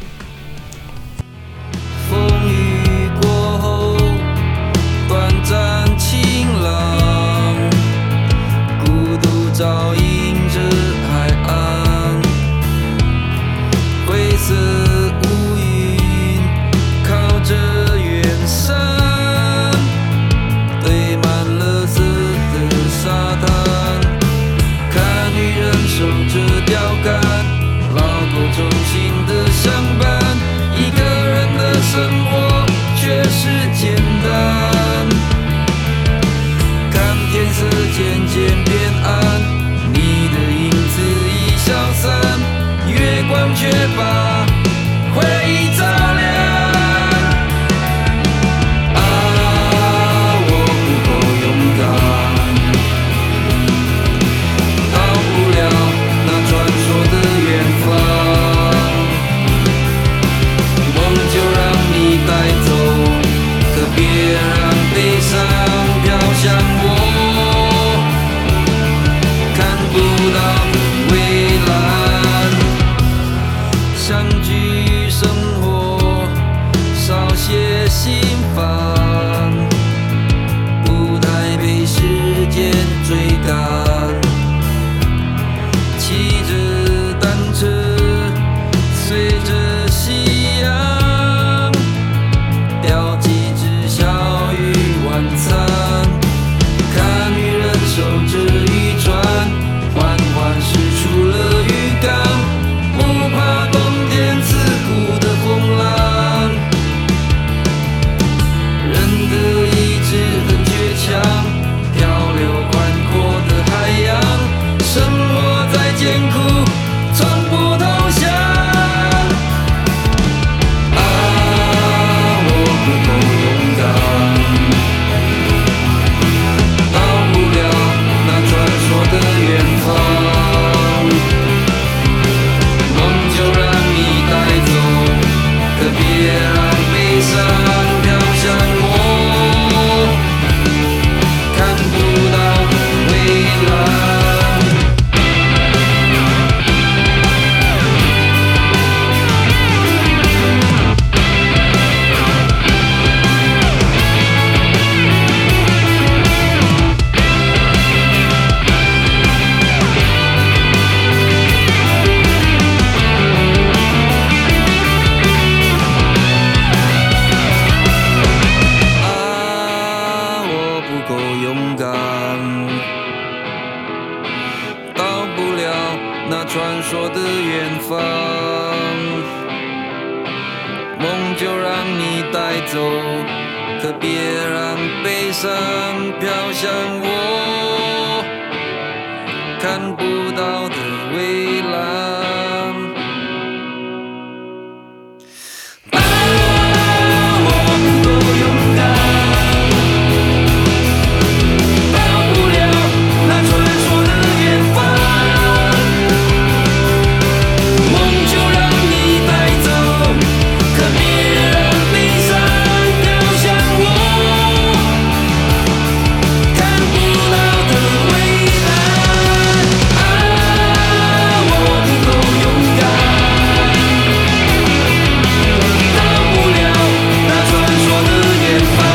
生活却是简单。 灯却把回忆照亮。啊，我不够勇敢，到不了那传说的远方。梦就让你带走，可别让悲伤飘向我。看不到的蔚蓝，相聚生活，少些心烦，不太被时间追赶。骑着单车，随着夕阳，钓几只小鱼晚餐，看渔人守着渔船，缓缓驶出了渔港，不怕冬天刺骨的风浪。人的意志很倔强，漂流宽阔的海洋，生活再艰苦，从不投降。啊，我不够勇敢，到不了那传说的远方。梦就让你带走，可别让悲伤飘向我。看不到的蔚蓝，啊，我不够勇敢，到不了那传说的远方。梦就让你带走，可别让悲伤飘向我。看不到的蔚蓝。啊，我不够勇敢，到不了那传说的远方。梦就让你带走，可别让悲伤飘向我。看不到的蔚蓝。啊，我不够勇敢，到不了那传说的远方。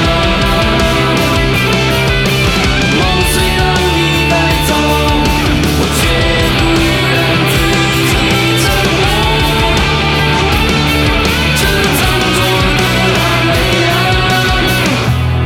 梦虽让你带走，我却不让自己沉默。这苍浊的海洋。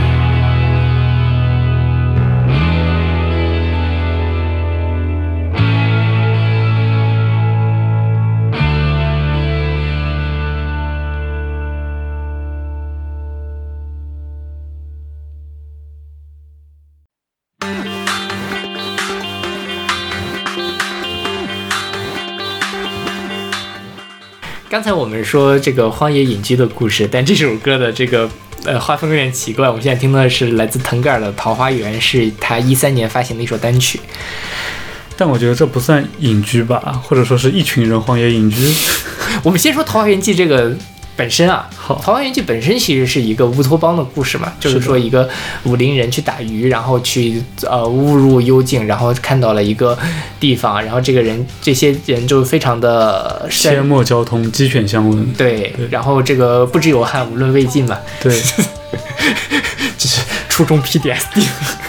刚才我们说这个荒野隐居的故事，但这首歌的这个画风有点奇怪。我们现在听到的是来自腾格尔的《桃花源》，是他13年发行的一首单曲。 但我觉得这不算隐居吧，或者说是一群人荒野隐居。 我们先说《桃花源记》这个本身啊， 好， 《桃花源记》本身其实是一个乌托邦的故事嘛，就是说一个武林人去打鱼，然后去误入幽境，然后看到了一个地方，然后这些人就非常的阡陌交通，鸡犬相闻。 对，然后这个不知有汉，无论魏晋嘛。 对， 就是初中 PTSD。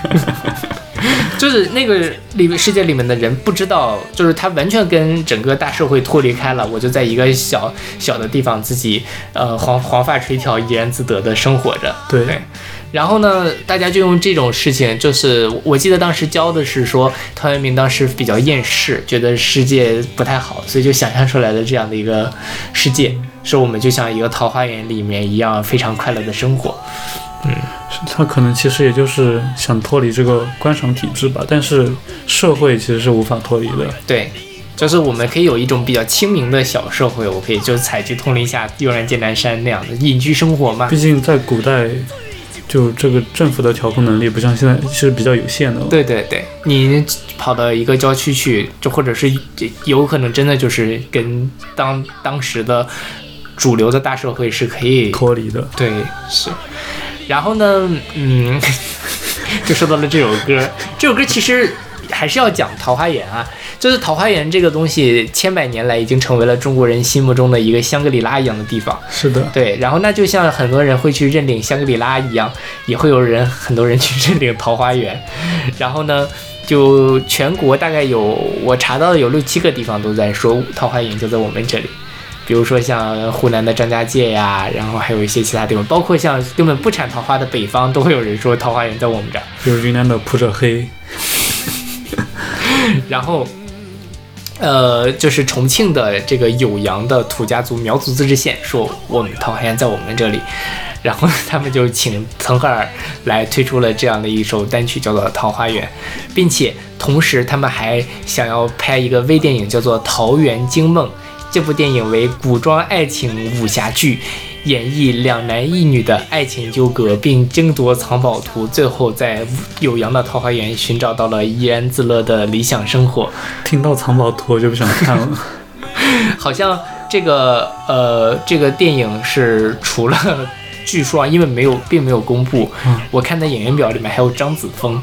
就是那个世界里面的人不知道，就是他完全跟整个大社会脱离开了，我就在一个小的地方自己黄发垂髫怡然自得的生活着。 对， 然后呢，大家就用这种事情，就是我记得当时教的是说，陶渊明当时比较厌世，觉得世界不太好，所以就想象出来了这样的一个世界，说我们就像一个桃花源里面一样非常快乐的生活。 他可能其实也就是想脱离这个官场体制吧，但是社会其实是无法脱离的。 对， 就是我们可以有一种比较清明的小社会，我可以就采菊东篱下，悠然见南山那样的隐居生活嘛。 毕竟在古代，就这个政府的调控能力不像现在是比较有限的。 对对对，你跑到一个郊区去，就或者是有可能真的就是跟当时的主流的大社会是可以脱离的。 对，是。然后呢，就说到了这首歌，这首歌其实还是要讲桃花源啊。就是桃花源这个东西，千百年来已经成为了中国人心目中的一个香格里拉一样的地方。 是的， 对。然后那就像很多人会去认领香格里拉一样，也会有很多人去认领桃花源。然后呢，就全国大概我查到的有6-7个地方都在说桃花源就在我们这里。比如说像湖南的张家界呀，然后还有一些其他地方，包括像根本不产桃花的北方，都会有人说桃花源在我们这儿。 比如云南的普者黑。 然后就是重庆的这个酉阳的土家族苗族自治县说我们桃花源在我们这里，然后他们就请腾格尔来推出了这样的一首单曲叫做《桃花源》，并且同时他们还想要拍一个微电影叫做《桃源惊梦》，这部电影为古装爱情武侠剧，演绎2男1女的爱情纠葛，并争夺藏宝图，最后在酉阳的桃花源寻找到了怡然自乐的理想生活。 听到藏宝图我就不想看了。 好像这个电影是除了据说因为并没有公布，我看在演员表里面还有张子枫。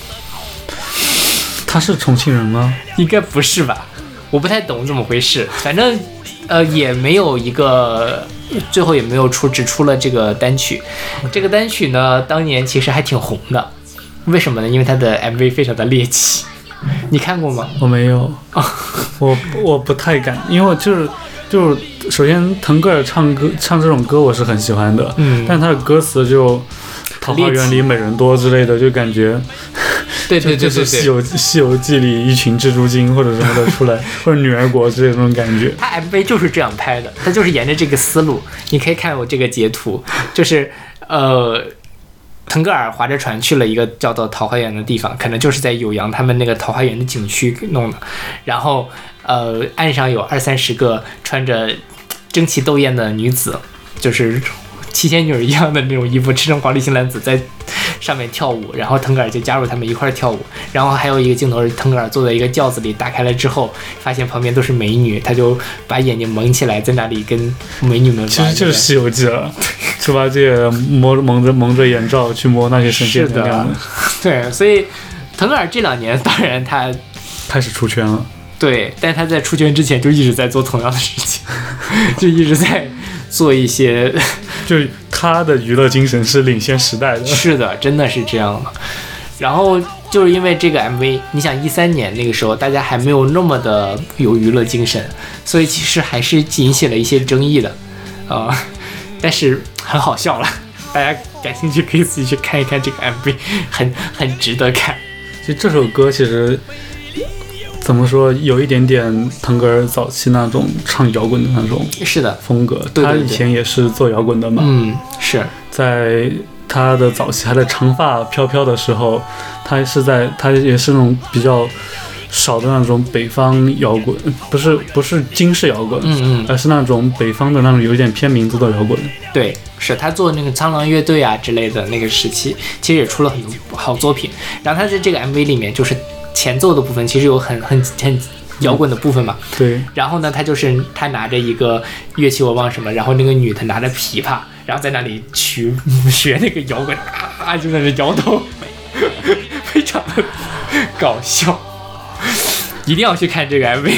他是重庆人吗？ 应该不是吧，我不太懂怎么回事。反正也没有最后也没有只出了这个单曲。这个单曲呢，当年其实还挺红的。为什么呢？因为它的 MV 非常的猎奇。你看过吗？ 我没有。我不太敢，因为就是首先腾格尔唱这种歌我是很喜欢的，但他的歌词就桃花源里美人多之类的，就感觉对就是西游记里一群蜘蛛精或者什么的出来，或者女儿国之类的那种感觉。 他 MV 就是这样拍的，他就是沿着这个思路。你可以看我这个截图，就是腾格尔划着船去了一个叫做桃花源的地方，可能就是在酉阳他们那个桃花源的景区弄的。然后岸上有20-30个穿着争奇斗艳的女子，就是七仙女一样的那种衣服，吃成黄立行男子在上面跳舞，然后腾格尔就加入他们一块跳舞。然后还有一个镜头是腾格尔坐在一个轿子里，打开了之后发现旁边都是美女，他就把眼睛蒙起来，在那里跟美女们玩。 其实就是西游记了。猪八戒蒙着眼罩去摸那些神仙能量的。 对，所以腾格尔这2年当然他开始出圈了。 对，但他在出圈之前就一直在做同样的事情，就一直在做一些， 就是他的娱乐精神是领先时代的。 是的，真的是这样的。然后就是因为这个 MV， 你想13年那个时候大家还没有那么的有娱乐精神，所以其实还是引起了一些争议的但是很好笑了，大家感兴趣可以自己去看一看这个 MV， 很值得看。 其实这首歌其实怎么说，有一点点腾格尔早期那种唱摇滚的那种是的风格。 对对对， 他以前也是做摇滚的嘛。 是在他的早期，他的长发飘飘的时候，他也是那种比较少的那种北方摇滚，不是京式摇滚，而是那种北方的那种有点偏民族的摇滚。 对，是他做那个苍狼乐队啊之类的那个时期，其实也出了很多好作品。然后他在这个 MV 里面，就是前奏的部分其实有很摇滚的部分嘛。 对。 然后呢，他拿着一个乐器，我忘什么，然后那个女的拿着琵琶，然后在那里学那个摇滚就在那摇头，非常的搞笑。一定要去看这个 MV。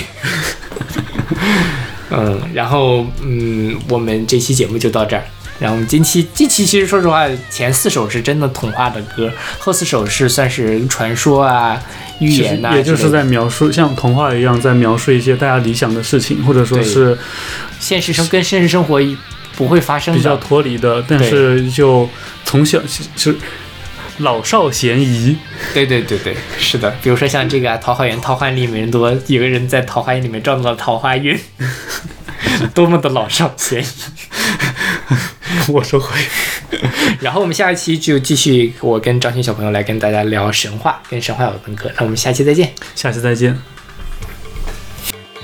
然后我们这期节目就到这儿。然后我们这期其实说实话，前4首是真的童话的歌，后4首是算是传说啊、寓言啊， 也就是在描述像童话一样，在描述一些大家理想的事情，或者说是跟现实生活不会发生的， 比较脱离的，但是就从小就老少咸宜。 对，是的。比如说像这个桃花源，桃花里美人多，有个人在桃花源里面撞到了桃花运，多么的老少咸宜。 我收回。 然后我们下一期就继续，我跟张鑫小朋友来跟大家聊神话，跟神话有关歌。那我们下期再见。 下期再见。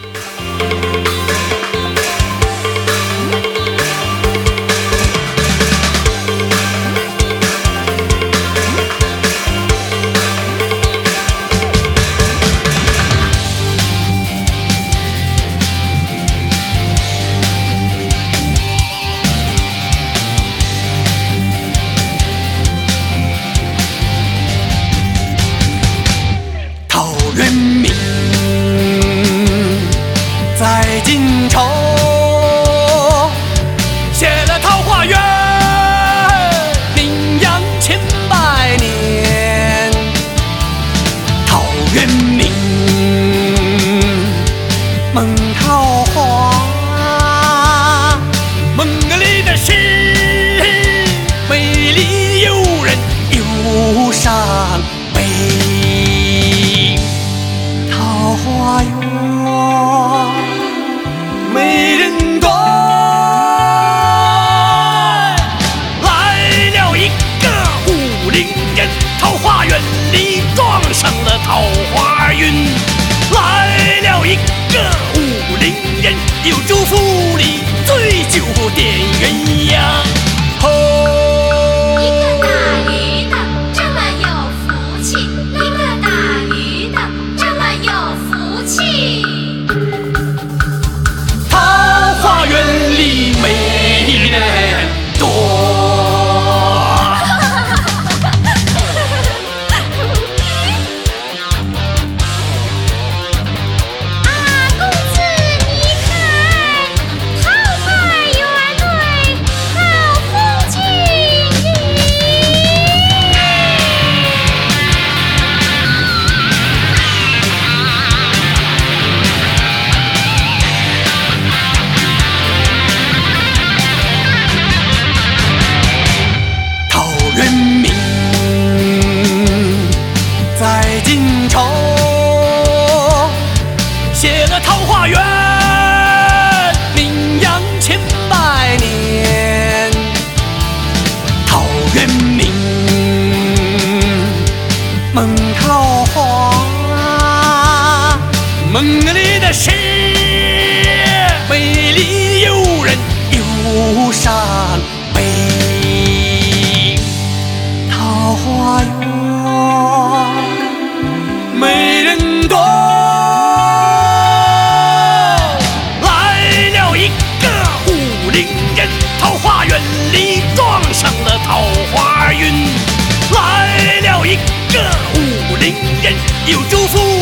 京城，写了桃花源，名扬千百年。陶渊明梦桃花，梦里的诗美丽诱人，忧伤悲。桃花源，美人关，来了一个武陵人，桃花源里撞上了桃花运。来了一个武陵人，有祝福里醉酒点鸳鸯。 一个打鱼的这么有福气，一个打鱼的这么有福气。 桃花源里美人多。 公子你看，桃花源内好风景。 陶渊明在京城，写了桃花源，名扬千百年。陶渊明梦桃花，梦里的诗美丽诱人，忧伤悲。桃花源，美人关，来了一个武陵人，桃花源里撞上了桃花运。来了一个武陵人，有祝福